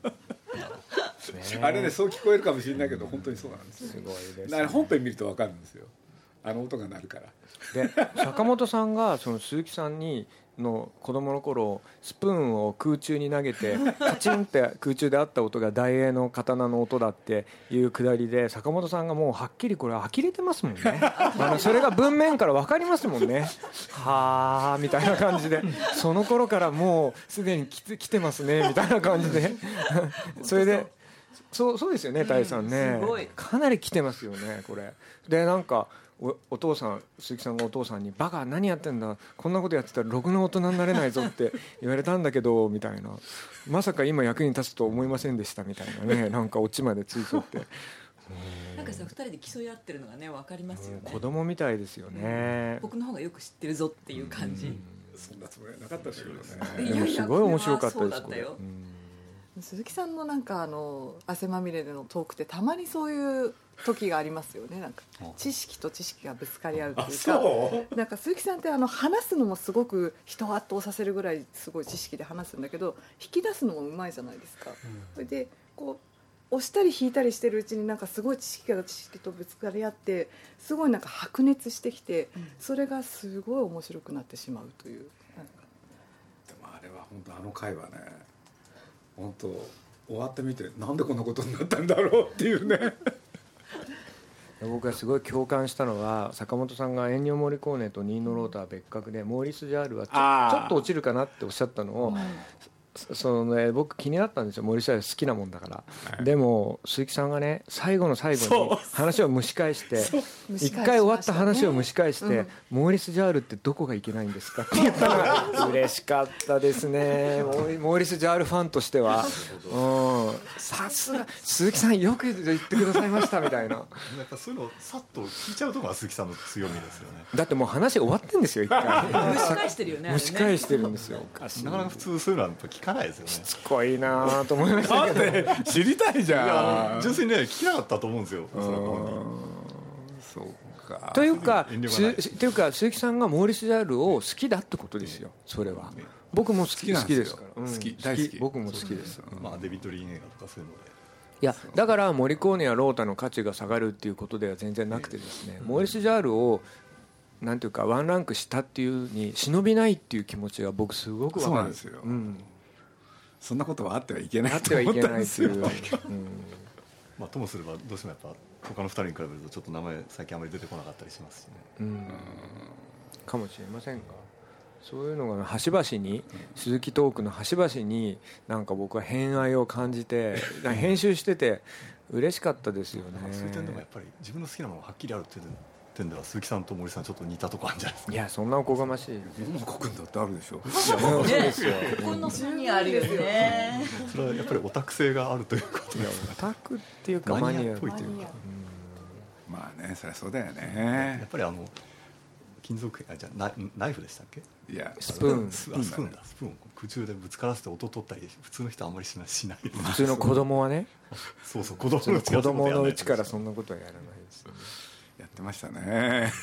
Speaker 3: あれね、そう聞こえるかもしれないけど本当にそうなんですよ。
Speaker 2: すごいですね。
Speaker 3: だから本編見ると分かるんですよ、あの音が鳴るから。
Speaker 2: で坂本さんがその鈴木さんにの子供の頃スプーンを空中に投げてカチンって空中であった音が大英の刀の音だっていうくだりで、坂本さんがもうはっきりこれ呆れてますもんねそれが文面から分かりますもんね。はあみたいな感じで、その頃からもうすでに来てますねみたいな感じでそれでそうですよね、大さんね、
Speaker 4: すごい
Speaker 2: かなり来てますよねこれで。なんかお父さん、鈴木さんがお父さんにバカ何やってんだ、こんなことやってたらろくな大人になれないぞって言われたんだけどみたいな、まさか今役に立つと思いませんでしたみたいなね、なんかオチまでついちゃって
Speaker 4: なんかさ2人で競い合ってるのがね分かりますよね。
Speaker 2: 子供みたいですよね。
Speaker 4: 僕の方がよく知ってるぞっていう感じ。
Speaker 3: そんなつもりはなかったんだけどね。
Speaker 2: でもすごい面白かったです
Speaker 4: いやいやこれはそうだったよ。
Speaker 7: 鈴木さんのなんか汗まみれでのトークってたまにそういう時がありますよね。なんか知識と知識がぶつかり合うというか、
Speaker 3: そう
Speaker 7: なんか鈴木さんって話すのもすごく人を圧倒させるぐらいすごい知識で話すんだけど、引き出すのもうまいじゃないですか。それでこう押したり引いたりしてるうちになんかすごい知識が知識とぶつかり合ってすごいなんか白熱してきて、それがすごい面白くなってしまうという。なんか
Speaker 3: でもあれは本当あの回はね、本当終わってみてなんでこんなことになったんだろうっていうね
Speaker 2: 僕がすごい共感したのは、坂本さんがエンニオ・モリコーネとニーノ・ロータは別格でモーリス・ジャールはちょっと落ちるかなっておっしゃったのを、僕気になったんですよ、モーリス・ジャール好きなもんだから、でも鈴木さんがね最後の最後に話を蒸し返して一回終わった話を蒸し返して、モーリス・ジャールってどこがいけないんですかって言ったのが嬉しかったですね。モーリス・ジャールファンとしては、さすが鈴木さんよく言ってくださいましたみたいな。
Speaker 5: やっぱそういうのをさっと聞いちゃうところが鈴木さんの強みですよね。
Speaker 2: だってもう話終わってんですよ一回
Speaker 4: 蒸し返してるよね。
Speaker 2: 蒸し返してるんですよ。おかしい、
Speaker 5: なかなか普通そういうのはやっぱ聞かないですよね。
Speaker 2: しつこいなと思いましたけど
Speaker 3: 知りたいじ
Speaker 5: いや
Speaker 3: ゃん。
Speaker 5: 純粋にね聞きなかったと思うんですよ、おそらく本人。
Speaker 3: そうか。
Speaker 2: というか
Speaker 5: 遠慮がない
Speaker 2: というか鈴木さんがモーリス・ジャールを好きだってことですよ。それは僕も好き
Speaker 3: なんですよ
Speaker 2: ですから、
Speaker 3: 好き大好き
Speaker 2: 僕も好きです。
Speaker 5: まあデビッド・リーン映画とかそういうので。
Speaker 2: いやだからモリコーネやロータの価値が下がるっていうことでは全然なくてですね、モーリス・ジャールをなんていうかワンランク下っていうに忍びないっていう気持ちが僕すごくわかる。
Speaker 3: そうなんですよ、そんなことはあってはいけない
Speaker 2: あってはいけないっていう、
Speaker 5: まあ、ともすればどうしてもやっぱ他の2人に比べるとちょっと名前最近あまり出てこなかったりしますしね、
Speaker 2: かもしれませんが、そういうのが端々に鈴木トークの端々になんか僕は偏愛を感じて編集してて嬉しかったですよね。
Speaker 5: そういう点でもやっぱり自分の好きなものがはっきりあるっていう点では鈴木さんと森さんちょっと似たとこあるんじゃないですか。
Speaker 2: いやそんなおこがましい。
Speaker 3: 僕も書くんだってあるでしょ。
Speaker 2: そうですよ。
Speaker 4: ここの差にあるよね。
Speaker 5: それはやっぱりオタク性があるということ
Speaker 2: いや
Speaker 5: ですか。
Speaker 2: オタクっていうかマニア
Speaker 5: っぽいというか、
Speaker 3: まあね、そりゃそうだよ
Speaker 5: や
Speaker 3: ね
Speaker 5: っ。ぱり金属じゃナイフでしたっけ。
Speaker 3: いや
Speaker 2: スプーン
Speaker 5: スプーンを空中でぶつからせて音取ったり普通の人はあんまりしない
Speaker 2: 普通の子供はね、
Speaker 5: そうそう子供
Speaker 2: のうちからそんなことはやらないですよね。
Speaker 3: やってましたね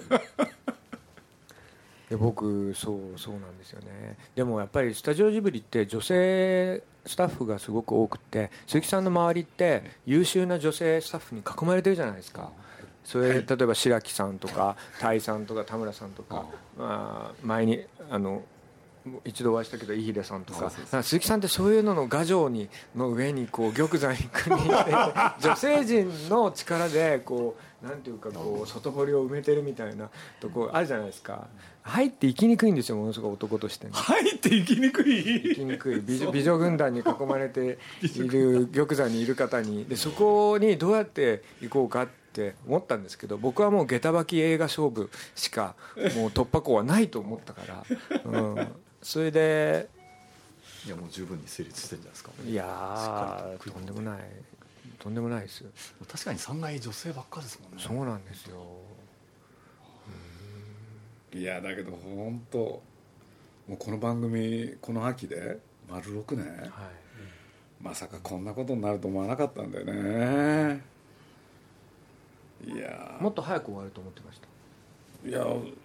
Speaker 2: で僕そうなんですよね。でもやっぱりスタジオジブリって女性スタッフがすごく多くて、鈴木さんの周りって優秀な女性スタッフに囲まれてるじゃないですか。それ例えば白木さんとか田井さんとか田村さんとか、前に一度お会いしたけど伊秀さんとか、鈴木さんってそういうのの牙城の上にこう玉座に組み女性陣の力でこうなんていうかこう外堀を埋めてるみたいなとこあるじゃないですか。入って行きにくいんですよ、ものすごい男としてね。
Speaker 3: 入っていきにくい。
Speaker 2: 行きにくい美女軍団に囲まれている玉座にいる方にで、そこにどうやって行こうかって思ったんですけど、僕はもう下駄履き映画勝負しかもう突破口はないと思ったから、それで
Speaker 5: いやもう十分に成立してるんじゃないですか。
Speaker 2: いやとんでもないですよ。
Speaker 5: 確かに3階女性ばっかですもんね。
Speaker 2: そうなんですよ。
Speaker 3: いやだけど本当もうこの番組この秋で丸6年、まさかこんなことになると思わなかったんだよね。いや
Speaker 2: もっと早く終わると思ってました。
Speaker 3: いや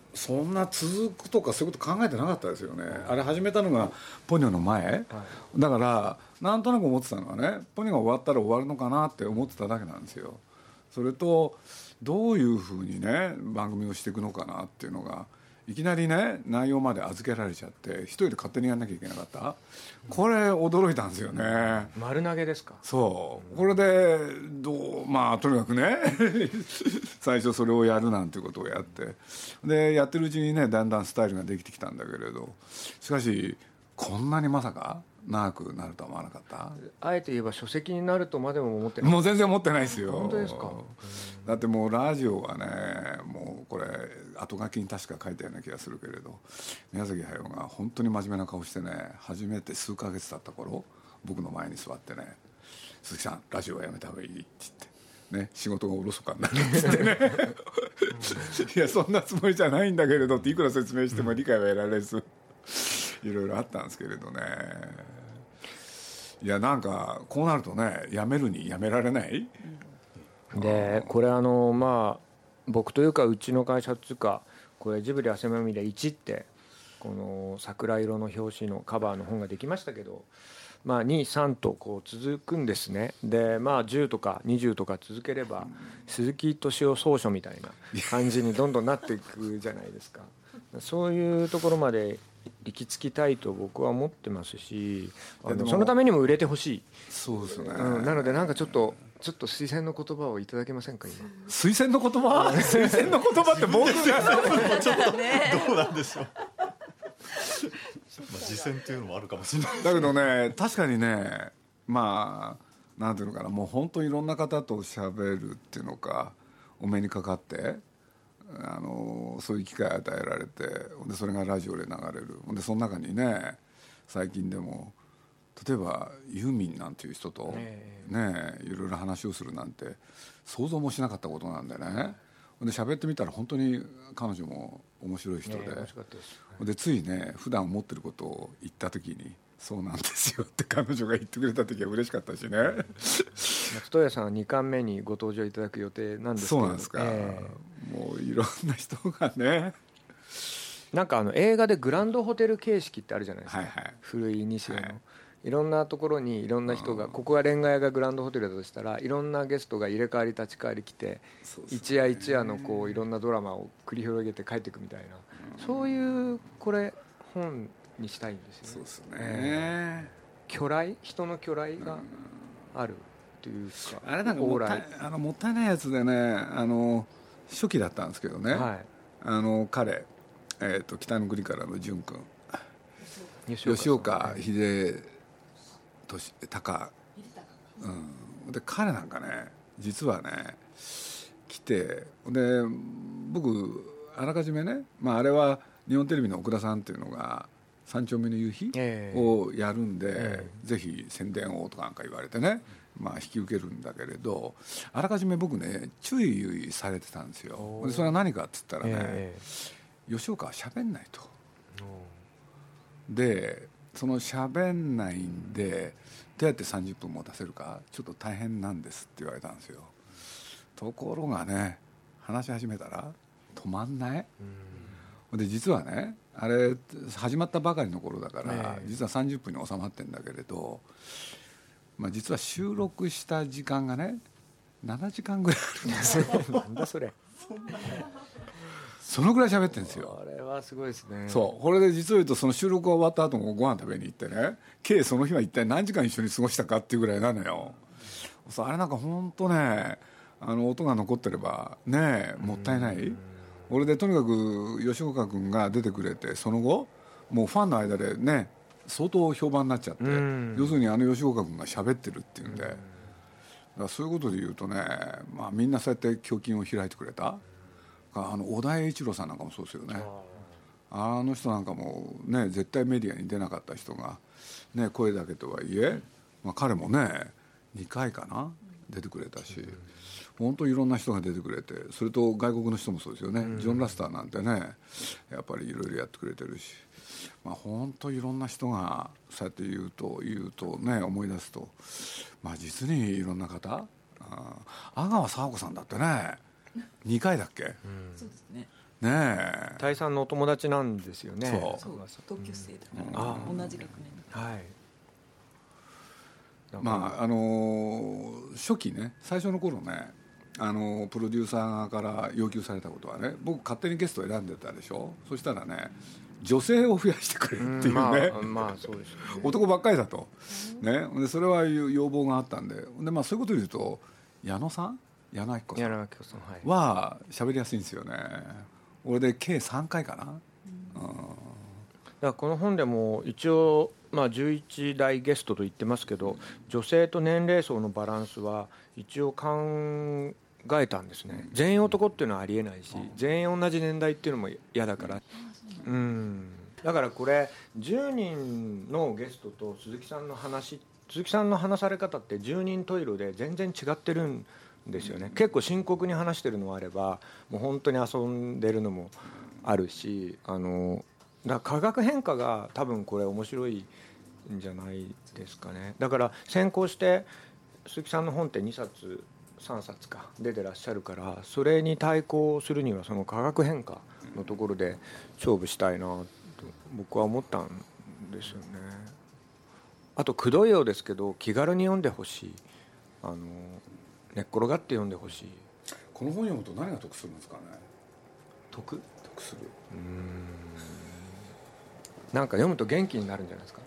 Speaker 3: そんな続くとかそういうこと考えてなかったですよね。あれ始めたのがポニョの前、だからなんとなく思ってたのはね、ポニョが終わったら終わるのかなって思ってただけなんですよ。それとどういうふうにね番組をしていくのかなっていうのがいきなりね内容まで預けられちゃって一人で勝手にやんなきゃいけなかった。これ驚いたんですよね。
Speaker 2: 丸投げですか。
Speaker 3: そうこれでまあとにかくね最初それをやるなんていうことをやって、でやってるうちにねだんだんスタイルができてきたんだけれど、しかしこんなにまさか長くなるとは思わなかった。
Speaker 2: あえて言えば書籍になるとまでも思ってない。
Speaker 3: もう全然思ってないですよ。
Speaker 2: 本当ですか。
Speaker 3: だってもうラジオはねもうこれ後書きに確か書いたような気がするけれど、宮崎駿が本当に真面目な顔してね初めて数ヶ月経った頃僕の前に座ってね、鈴木さんラジオはやめた方がいいって言ってね、仕事がおろそかになるって言ってねいやそんなつもりじゃないんだけれどっていくら説明しても理解は得られずいろいろあったんですけれどね。いやなんかこうなるとねやめるにやめられない。
Speaker 2: でこれまあ僕というかうちの会社っていうかこれジブリ汗まみれ1ってこの桜色の表紙のカバーの本ができましたけど、まあ2、3とこう続くんですね。でまあ10とか20とか続ければ鈴木敏夫総書みたいな感じにどんどんなっていくじゃないですか。そういうところまで行き着きたいと僕は思ってますし、そのためにも売れてほしい。
Speaker 3: そうですね、
Speaker 2: なのでなんかちょっと推薦の言葉をいただけませんか。今
Speaker 3: 推薦の言葉推薦の言葉って僕が
Speaker 5: ちょっとどうなんでしょう実践っていうのもあるかもしれない
Speaker 3: だけどね確かにねまあなんていうのかな、もう本当にいろんな方と喋るっていうのかお目にかかってそういう機会与えられて、でそれがラジオで流れる。でその中にね最近でも例えばユーミンなんていう人とねいろいろ話をするなんて想像もしなかったことなんでね。で喋ってみたら本当に彼女も面白い人で、でついね普段思ってることを言った時にそうなんですよって彼女が言ってくれた時は嬉しかったしね
Speaker 2: 松任谷さんは2巻目にご登場いただく予定なんですけど。
Speaker 3: そうなんですか、もういろんな人がね
Speaker 2: なんか映画でグランドホテル形式ってあるじゃないですか、
Speaker 3: はいはい、
Speaker 2: 古い西の、いろんなところにいろんな人が、ここがレンガ屋がグランドホテルだとしたらいろんなゲストが入れ替わり立ち替わり来て、一夜一夜のこういろんなドラマを繰り広げて帰っていくみたいな、そういうこれ本にしたいんですよね。
Speaker 3: そうですね、
Speaker 2: 巨来、人の巨来があるというか、
Speaker 3: あれなんかもったいないやつでね初期だったんですけどね、彼、北の国からの淳君吉岡秀隆、で彼なんかね実はね来て、で僕あらかじめね、あれは日本テレビの奥田さんっていうのが三丁目の夕日をやるんで、ぜひ宣伝をとかなんか言われてね、引き受けるんだけれど、あらかじめ僕ね注意されてたんですよ。でそれは何かって言ったらね、吉岡は喋んないと。でその喋んないんでどうやって30分も出せるかちょっと大変なんですって言われたんですよ。ところがね話し始めたら止まんない。で実はねあれ始まったばかりの頃だから、実は30分に収まってんだけれど、実は収録した時間がね7時間ぐらいあるんですよ
Speaker 2: なんだそれ
Speaker 3: そのぐらい喋ってるんですよ。
Speaker 2: これはすごいですね。
Speaker 3: そうこれで実を言うとその収録が終わった後もご飯食べに行ってね、計その日は一体何時間一緒に過ごしたかっていうぐらいなのよ。あれなんか本当ね音が残ってればねもったいない。俺でとにかく吉岡君が出てくれて、その後もうファンの間でね相当評判になっちゃって、要するに吉岡君が喋ってるっていうんで、だからそういうことで言うとね、みんなそうやって胸筋を開いてくれた。小田栄一郎さんなんかもそうですよね。あの人なんかもね絶対メディアに出なかった人が、ね、声だけとはいえ、彼もね2回かな出てくれたし、本当にいろんな人が出てくれて、それと外国の人もそうですよね、ジョン・ラスターなんてねやっぱりいろいろやってくれてるし、本当いろんな人がそうやって言うとね思い出すと、実にいろんな方、阿川佐和子さんだってね2回だっけ、
Speaker 4: そうですね、
Speaker 3: ね
Speaker 2: 大さんのお友達なんですよね。
Speaker 4: そう同級生だから、同じ学年。
Speaker 2: はい。
Speaker 3: まあ初期ね、最初の頃ね、プロデューサーから要求されたことはね、僕勝手にゲストを選んでたでしょ。そしたらね、女性を増やしてくれっていうね、
Speaker 2: まあそうですね、
Speaker 3: 男ばっかりだと、ね、でそれは要望があったんで、まあ、そういうことを言うと矢野明子さんは喋りやすいんですよね。俺で計3回かな、だ
Speaker 2: からこの本でも一応、11代ゲストと言ってますけど、女性と年齢層のバランスは一応考えたんですね。全員男っていうのはありえないし、全員同じ年代っていうのも嫌だから、だからこれ10人のゲストと鈴木さんの話され方って10人十色で全然違ってるんですよね。結構深刻に話してるのもあれば、もう本当に遊んでるのもあるし、だから化学変化が多分これ面白いんじゃないですかね。だから先行して鈴木さんの本って2冊3冊か出てらっしゃるから、それに対抗するにはその化学変化のところで勝負したいなと僕は思ったんですよね。あとくどいようですけど気軽に読んでほしい、寝っ転がって読んでほしい。
Speaker 3: この本読むと何が得するんですかね。
Speaker 2: 得
Speaker 3: する、
Speaker 2: なんか読むと元気になるんじゃないですか。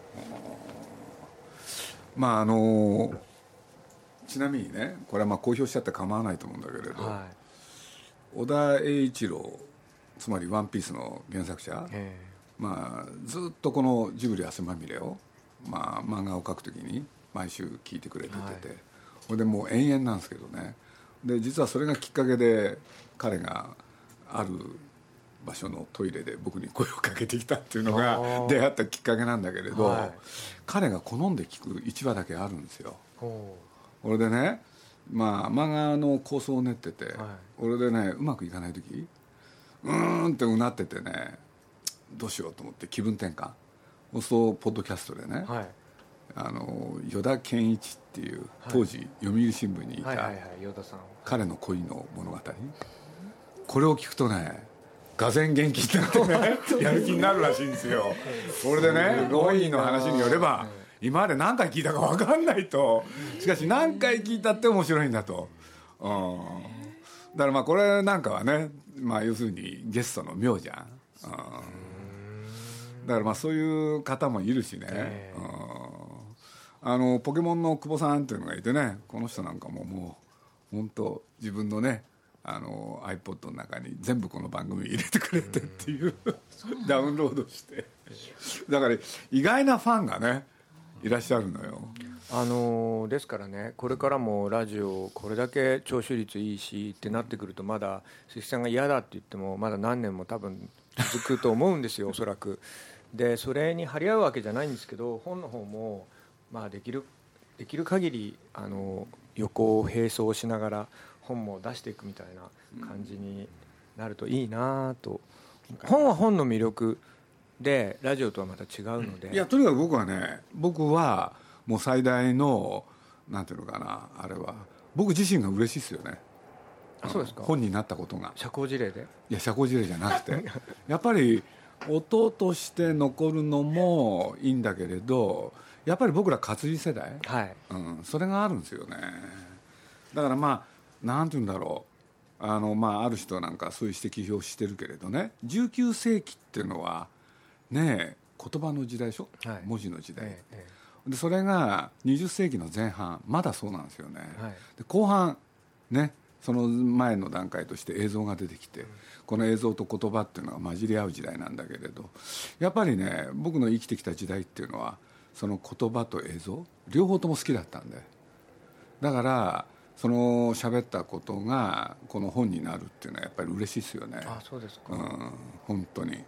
Speaker 3: まあちなみにね、これはまあ公表しちゃって構わないと思うんだけれど、小田栄一郎、つまりワンピースの原作者、まあ、ずっとこのジブリ汗まみれを、まあ、漫画を描くときに毎週聞いてくれてて、それでもう延々なんですけどね。で実はそれがきっかけで彼がある場所のトイレで僕に声をかけてきたっていうのが出会ったきっかけなんだけれど、彼が好んで聞く1話だけあるんですよ。俺でね、まあ、漫画の構想を練ってて、俺でねうまくいかない時ってうなっててね、どうしようと思って気分転換、そうするとポッドキャストでね、依田健一っていう当時読売新聞にいた彼の恋の物語、これを聞くとねがぜん元気になってねやる気になるらしいんですよ。これでね、本人の話によれば今まで何回聞いたか分かんないと、しかし何回聞いたって面白いんだと、だからまあこれなんかはね、まあ要するにゲストの妙じゃん、だからまあそういう方もいるしね、ポケモンの久保さんっていうのがいてね、この人なんかもう本当自分のねiPod の中に全部この番組入れてくれてっていうダウンロードして、だから意外なファンがねいらっしゃるのよ。
Speaker 2: ですからね、これからもラジオこれだけ聴取率いいしってなってくると、まだ鈴木さんが嫌だって言ってもまだ何年も多分続くと思うんですよおそらく。でそれに張り合うわけじゃないんですけど、本の方もまあできる限り横を並走しながら本も出していくみたいな感じになるといいなと。本は本の魅力でラジオとはまた違うので、
Speaker 3: いやとにかく僕はもう最大のなんていうのかな、あれは僕自身が嬉しいですよね。
Speaker 2: そうですか。
Speaker 3: 本になったことが
Speaker 2: 社交辞令で、
Speaker 3: いや社交辞令じゃなくてやっぱり音として残るのもいいんだけれど、やっぱり僕ら活字世代、それがあるんですよね。だからまあなんていうんだろう、ある人なんかそういう指摘をしてるけれどね、19世紀っていうのはね言葉の時代でしょ、文字の時代、でそれが20世紀の前半まだそうなんですよね、で後半ね、その前の段階として映像が出てきて、この映像と言葉っていうのが混じり合う時代なんだけれど、やっぱりね僕の生きてきた時代っていうのはその言葉と映像両方とも好きだったんで、だからその喋ったことがこの本になるっていうのはやっぱり嬉しいですよね。
Speaker 2: あ、そうですか。
Speaker 3: 本当に、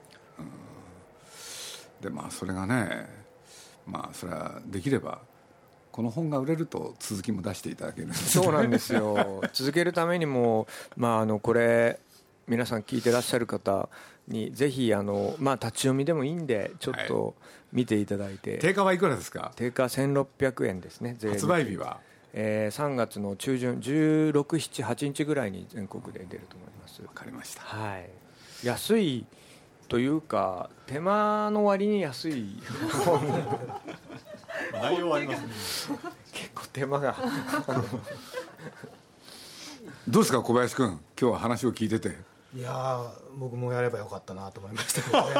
Speaker 3: でまあそれがね、まあそれはできればこの本が売れると続きも出していただけるんです、ね、
Speaker 2: そうなんですよ続けるためにも、これ皆さん聞いてらっしゃる方にぜひ立ち読みでもいいんでちょっと見ていただいて、
Speaker 3: 定価はいくらですか？
Speaker 2: 定価1600円ですね。
Speaker 3: 発売日は
Speaker 2: 3月の中旬16、7、8日ぐらいに全国で出ると思います。
Speaker 3: わかりました。
Speaker 2: 安いというか手間の割に安い
Speaker 5: 内容はありますね。
Speaker 2: 結構手間が
Speaker 3: どうですか小林君、今日は話を聞いてて。
Speaker 6: いやー僕もやればよかったなと思いましたけどね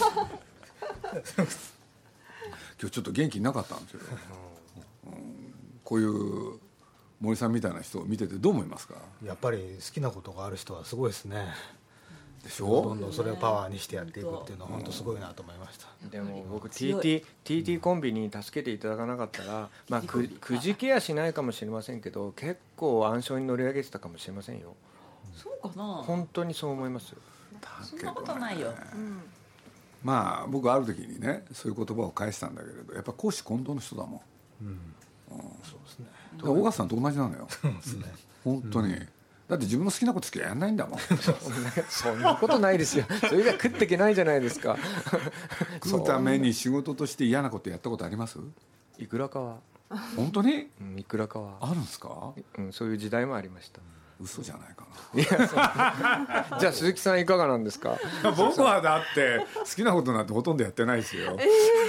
Speaker 3: 今日ちょっと元気なかったんですよ、こういう森さんみたいな人を見ててどう思いますか？
Speaker 6: やっぱり好きなことがある人はすごいですね。
Speaker 3: でしょ。
Speaker 6: どんどんそれをパワーにしてやっていくっていうのは本当すごいなと思いました。
Speaker 2: でも僕 TT コンビに助けていただかなかったら、まあ、くじけやしないかもしれませんけど結構暗礁に乗り上げてたかもしれませんよ。
Speaker 4: そうかな。
Speaker 2: 本当にそう思いますよ。
Speaker 4: そんなことないよ。
Speaker 3: まあ僕ある時にねそういう言葉を返したんだけれど、やっぱ公私混同の人だもん、
Speaker 6: そうですね。
Speaker 3: だから小笠さんと同じなのよ本当に、だって自分の好きなことしかやんないんだもん
Speaker 2: そんなことないですよ。それじゃ食っていけないじゃないですか
Speaker 3: 食うために仕事として嫌なことやったことあります？
Speaker 2: いくらかは、
Speaker 3: 本当に
Speaker 2: いくらかは
Speaker 3: あるんですか？
Speaker 2: そういう時代もありました。
Speaker 3: 嘘じゃないか
Speaker 2: いやじゃあ鈴木さんいかがなんですか？
Speaker 3: な僕はだって好きなことなんてほとんどやってないですよ、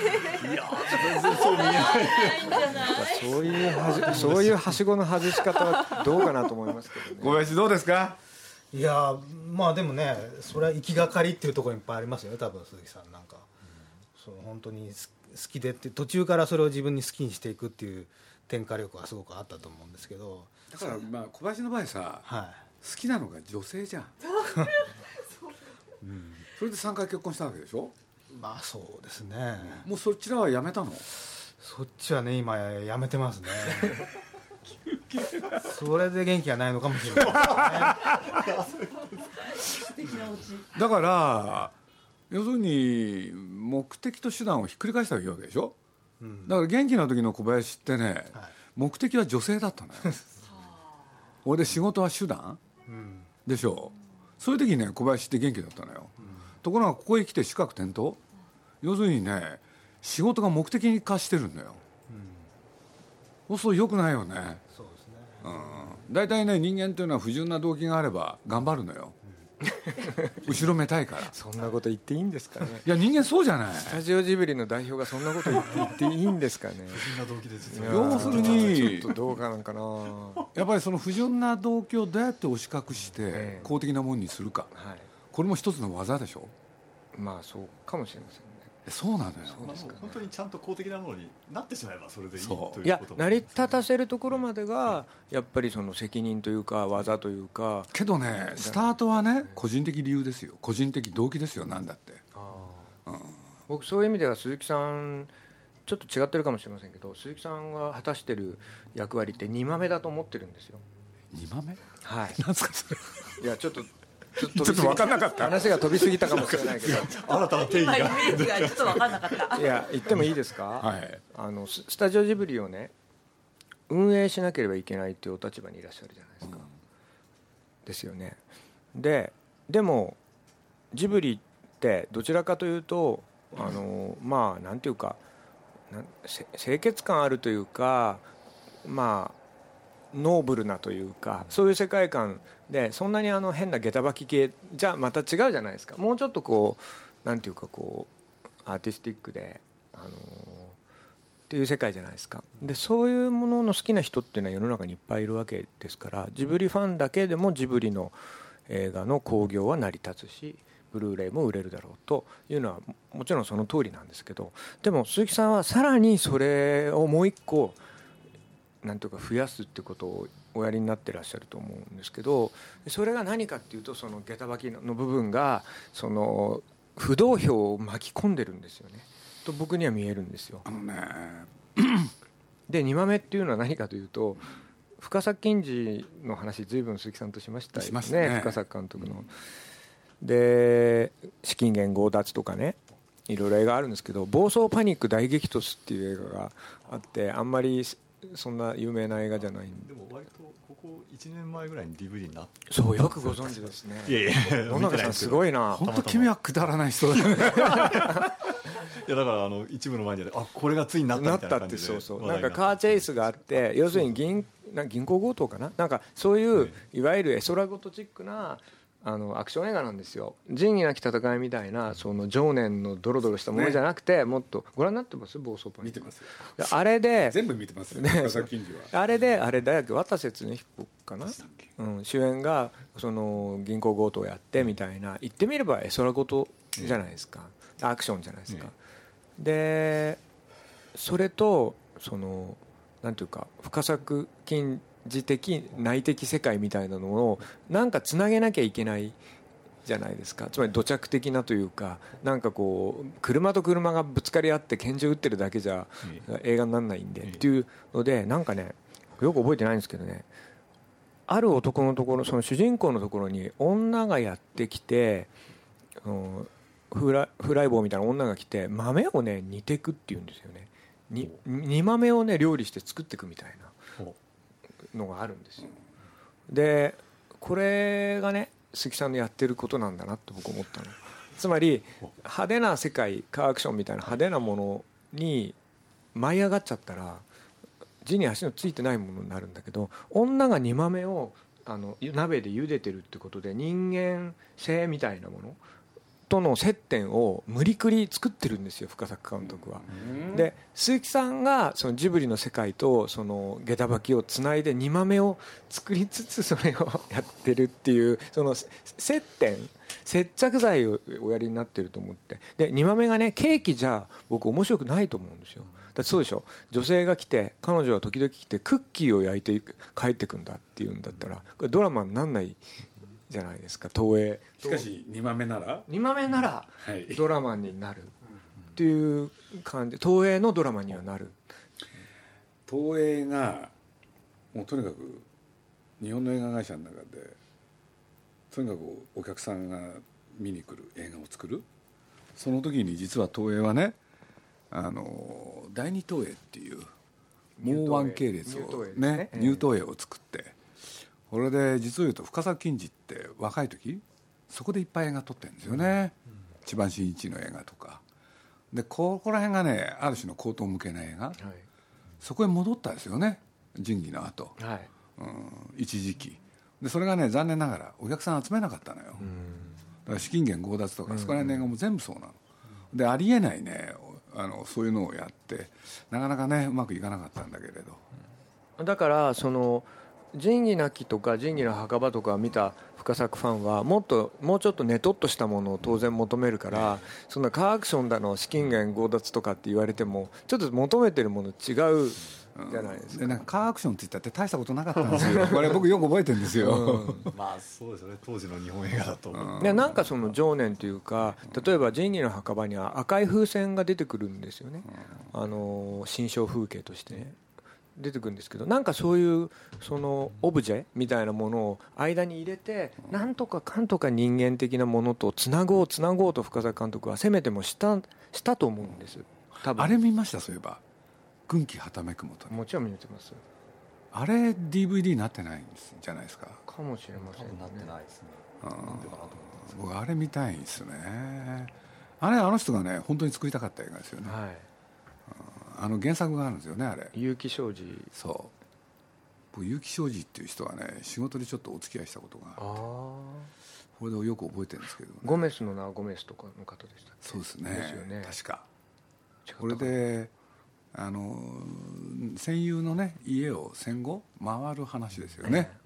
Speaker 2: そういうはしごの外し方はどうかなと思いますけどね。
Speaker 3: 小林どうですか？
Speaker 6: いやまあでもねそれは行きがかりっていうところいっぱいありますよね多分鈴木さんなんか、そう本当に好きでって途中からそれを自分に好きにしていくっていう転化力はすごくあったと思うんですけど、
Speaker 3: だからまあ小林の場合さ、
Speaker 6: は
Speaker 3: 好きなのが女性じゃんそれで3回結婚したわけでしょ。
Speaker 6: い、まあそうですね。
Speaker 3: もうそちらはやめたの？
Speaker 6: そっちはね今やめてますねそれで元気がないのかもしれないですね
Speaker 3: だから要するに目的と手段をひっくり返したらいいわけでしょ、だから元気な時の小林ってね、目的は女性だったのよ俺で仕事は手段、でしょ。そういう時にね小林って元気だったのよ、ところがここへ来て四角転倒、要するにね仕事が目的に化してるんだよ、そうすると良くないよね。
Speaker 6: そうですね。
Speaker 3: 大体ね人間というのは不純な動機があれば頑張るのよ後ろめたいから
Speaker 2: そんなこと言っていいんですかね。
Speaker 3: いや人間そうじゃない。
Speaker 2: スタジオジブリの代表がそんなこと言っていいんですかね。
Speaker 5: そんな動機で実は
Speaker 3: 要するに
Speaker 2: ちょっとどうかなんかな。
Speaker 3: やっぱりその不純な動機をどうやって押し隠して公的なものにするか、これも一つの技でしょ。
Speaker 2: まあそうかもしれませんね。
Speaker 3: そうなのよ。
Speaker 5: 本当にちゃんと公的なものになってしまえばそれでいいということも。
Speaker 2: いや成り立たせるところまでがやっぱりその責任というか技というか。
Speaker 3: けどねスタートはね個人的理由ですよ。個人的動機ですよ。なんだって。
Speaker 2: 僕そういう意味では鈴木さんちょっと違ってるかもしれませんけど、鈴木さんが果たしてる役割って煮豆だと思ってるんですよ。
Speaker 3: 煮豆？
Speaker 2: はい。
Speaker 3: なんすかそれ。
Speaker 2: いやちょっと
Speaker 3: 分かんなかった。
Speaker 2: 話が飛びすぎたかもしれないけど
Speaker 5: 新たな定義が
Speaker 4: イメージがちょっと分かんなかった
Speaker 2: いや言ってもいいですか、
Speaker 3: はい、
Speaker 2: スタジオジブリをね運営しなければいけないっていうお立場にいらっしゃるじゃないですか、ですよね。でもジブリってどちらかというとまあなんていうか清潔感あるというか、まあノーブルなというかそういう世界観で、そんなに変な下駄履き系じゃまた違うじゃないですか。もうちょっとこうなんていうかこうアーティスティックでっていう世界じゃないですか。でそういうものの好きな人っていうのは世の中にいっぱいいるわけですから、ジブリファンだけでもジブリの映画の興行は成り立つしブルーレイも売れるだろうというのはもちろんその通りなんですけど、でも鈴木さんはさらにそれをもう一個なんとか増やすってことをおやりになってらっしゃると思うんですけど、それが何かっていうとその下駄履きの部分がその不動票を巻き込んでるんですよねと僕には見えるんですよ。で煮豆っていうのは何かというと深作欣二の話随分鈴木さんとしましたよね。深作監督ので資金源強奪とかねいろいろ映画あるんですけど、暴走パニック大激突っていう映画があって、あんまりそんな有名な映画じゃないんで。
Speaker 5: でも割とここ1年前ぐらいに DVD になって、
Speaker 2: そうよくご存知ですね。
Speaker 5: いやいや
Speaker 2: 野中さんすごいな。
Speaker 3: 本当君はくだらない人だね
Speaker 5: いやだから一部の前にこれがついになったみたいな感じで
Speaker 2: そうそうなんかカーチェイスがあって、要するに銀行強盗かな、なんかそういういわゆる絵空事チックなアクション映画なんですよ。仁義なき戦いみたいなその情念のドロドロしたものじゃなくて、もっとご覧になってます？暴走ポイント
Speaker 3: 見てますよ。
Speaker 2: あれで
Speaker 3: 全部見てますよ、
Speaker 2: ね、あれで大学渡瀬恒彦かな、主演がその銀行強盗をやってみたいな、言ってみれば絵空事じゃないですか、アクションじゃないですか、でそれとそのなんていうか深作金次的内的世界みたいなのをなんかつなげなきゃいけないじゃないですか。つまり土着的なというか、なんかこう車と車がぶつかり合って拳銃撃ってるだけじゃ映画にならないんでっていうので、なんかねよく覚えてないんですけどね、ある男のところ、その主人公のところに女がやってきて、フライ棒みたいな女が来て豆をね煮ていくっていうんですよね。煮豆をね料理して作っていくみたいなのがあるんですよ。でこれがね鈴木さんのやってることなんだなと僕思ったの。つまり派手な世界、カーアクションみたいな派手なものに舞い上がっちゃったら地に足のついてないものになるんだけど、女が煮豆を鍋で茹でてるってことで人間性みたいなものとの接点を無理くり作ってるんですよ、深作監督は。で鈴木さんがそのジブリの世界とその下駄履きをつないで煮豆を作りつつそれをやってるっていう、その接着剤をおやりになってると思って。で煮豆がねケーキじゃ僕面白くないと思うんですよ。だってそうでしょ、女性が来て彼女は時々来てクッキーを焼いて帰ってくんだっていうんだったらこれドラマになんないじゃないですか。東映
Speaker 3: しかし煮豆なら
Speaker 2: ドラマになるっていう感じ。東映のドラマにはなる。
Speaker 3: 東映がもうとにかく日本の映画会社の中でとにかくお客さんが見に来る映画を作る。その時に実は東映はね、第二東映っていうもうワン系列をね、ニュー東映を作って、これで実を言うと深作欣二って若い時そこでいっぱい映画撮ってるんですよね、千葉真一の映画とかで、ここら辺がねある種の高等向けな映画、そこへ戻ったんですよね、仁義の後、一時期で。それがね残念ながらお客さん集めなかったのよ。だから資金源強奪とかそこら辺の映画も全部そうなので、ありえないねそういうのをやってなかなかねうまくいかなかったんだけれど、
Speaker 2: だからその仁義なきとか仁義の墓場とか見た深作ファンはもうちょっとネトッとしたものを当然求めるから、そんなカーアクションだの資金源強奪とかって言われてもちょっと求めてるもの違うじゃないですか。
Speaker 3: でなんかカーアクションって言ったって大したことなかったんですよこれ僕よく覚えてるんですよ、
Speaker 5: まあそうですよね、当時の日本映画だと、
Speaker 2: なんかその情念というか、例えば仁義の墓場には赤い風船が出てくるんですよね、心象風景としてね出てくるんですけど、なんかそういうそのオブジェみたいなものを間に入れて、なんとかかんとか人間的なものとつなごうと深作監督はせめてもしたと思うんです。多分
Speaker 3: あれ見ました。そういえば軍旗はためくもと、
Speaker 2: もちろん見てます。
Speaker 3: あれ DVD になってないんじゃないですか。
Speaker 2: かもしれませんね。
Speaker 5: なってないですね。
Speaker 3: 僕あれ見たいんですよね。あの人がね本当に作りたかった映画ですよね、原作があるんですよね、あれ。
Speaker 2: 結城商事。
Speaker 3: そう、僕結城商事っていう人はね仕事でちょっとお付き合いしたことがあって、これでよく覚えてるんですけど、ね、
Speaker 2: ゴメスの名はゴメスとかの方でしたっけ。
Speaker 3: そうですね、
Speaker 2: ですよね、
Speaker 3: 確か。これで戦友のね家を戦後回る話ですよね、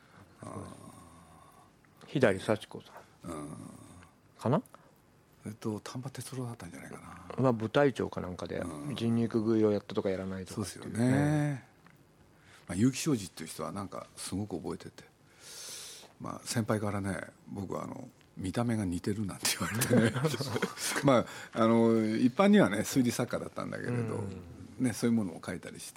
Speaker 2: 左幸子さん、かな。
Speaker 3: 丹波哲郎だったんじゃないかな、
Speaker 2: 部隊長かなんかで人肉食いをやったとかやらないとか、
Speaker 3: そうですよね、結城商事っていう人はなんかすごく覚えてて、先輩からね僕は見た目が似てるなんて言われてね一般にはね推理作家だったんだけれど、そういうものを書いたりして、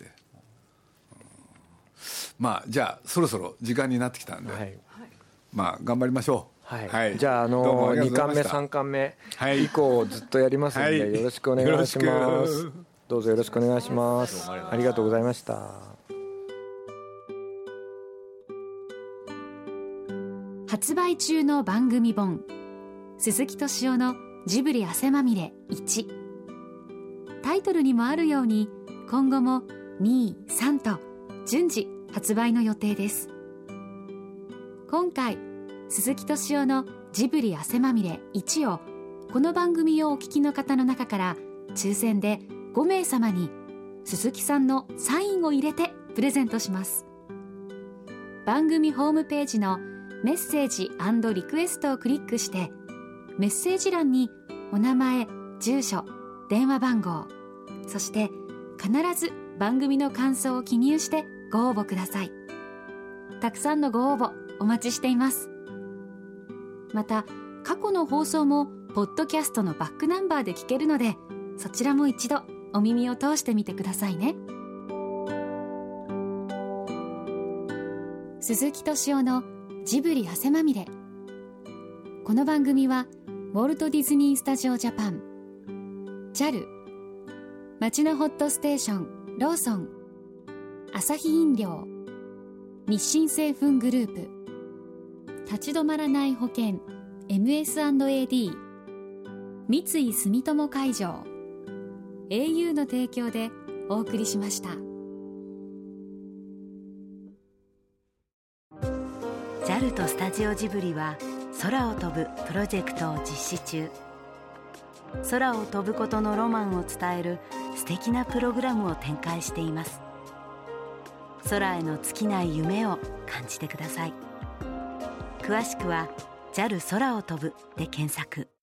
Speaker 3: じゃあそろそろ時間になってきたんで、頑張りましょう。
Speaker 2: じゃあ2巻目3巻目以降ずっとやりますので、よろしくお願いします。どうぞよろしくお願いします。ありがとうございました。
Speaker 1: 発売中の番組本、鈴木敏夫のジブリ汗まみれ1。タイトルにもあるように今後も2、3と順次発売の予定です。今回鈴木敏夫のジブリ汗まみれ1をこの番組をお聞きの方の中から抽選で5名様に鈴木さんのサインを入れてプレゼントします。番組ホームページのメッセージ&リクエストをクリックしてメッセージ欄にお名前、住所、電話番号、そして必ず番組の感想を記入してご応募ください。たくさんのご応募お待ちしています。また過去の放送もポッドキャストのバックナンバーで聞けるので、そちらも一度お耳を通してみてくださいね。鈴木敏夫のジブリ汗まみれ。この番組はウォルト・ディズニー・スタジオ・ジャパン、 JAL、 街のホットステーションローソン、アサヒ飲料、日清製粉グループ、立ち止まらない保険 MS&AD、 三井住友海上、 au の提供でお送りしました。
Speaker 8: JAL とスタジオジブリは空を飛ぶプロジェクトを実施中。空を飛ぶことのロマンを伝える素敵なプログラムを展開しています。空への尽きない夢を感じてください。詳しくは JAL 空を飛ぶで検索。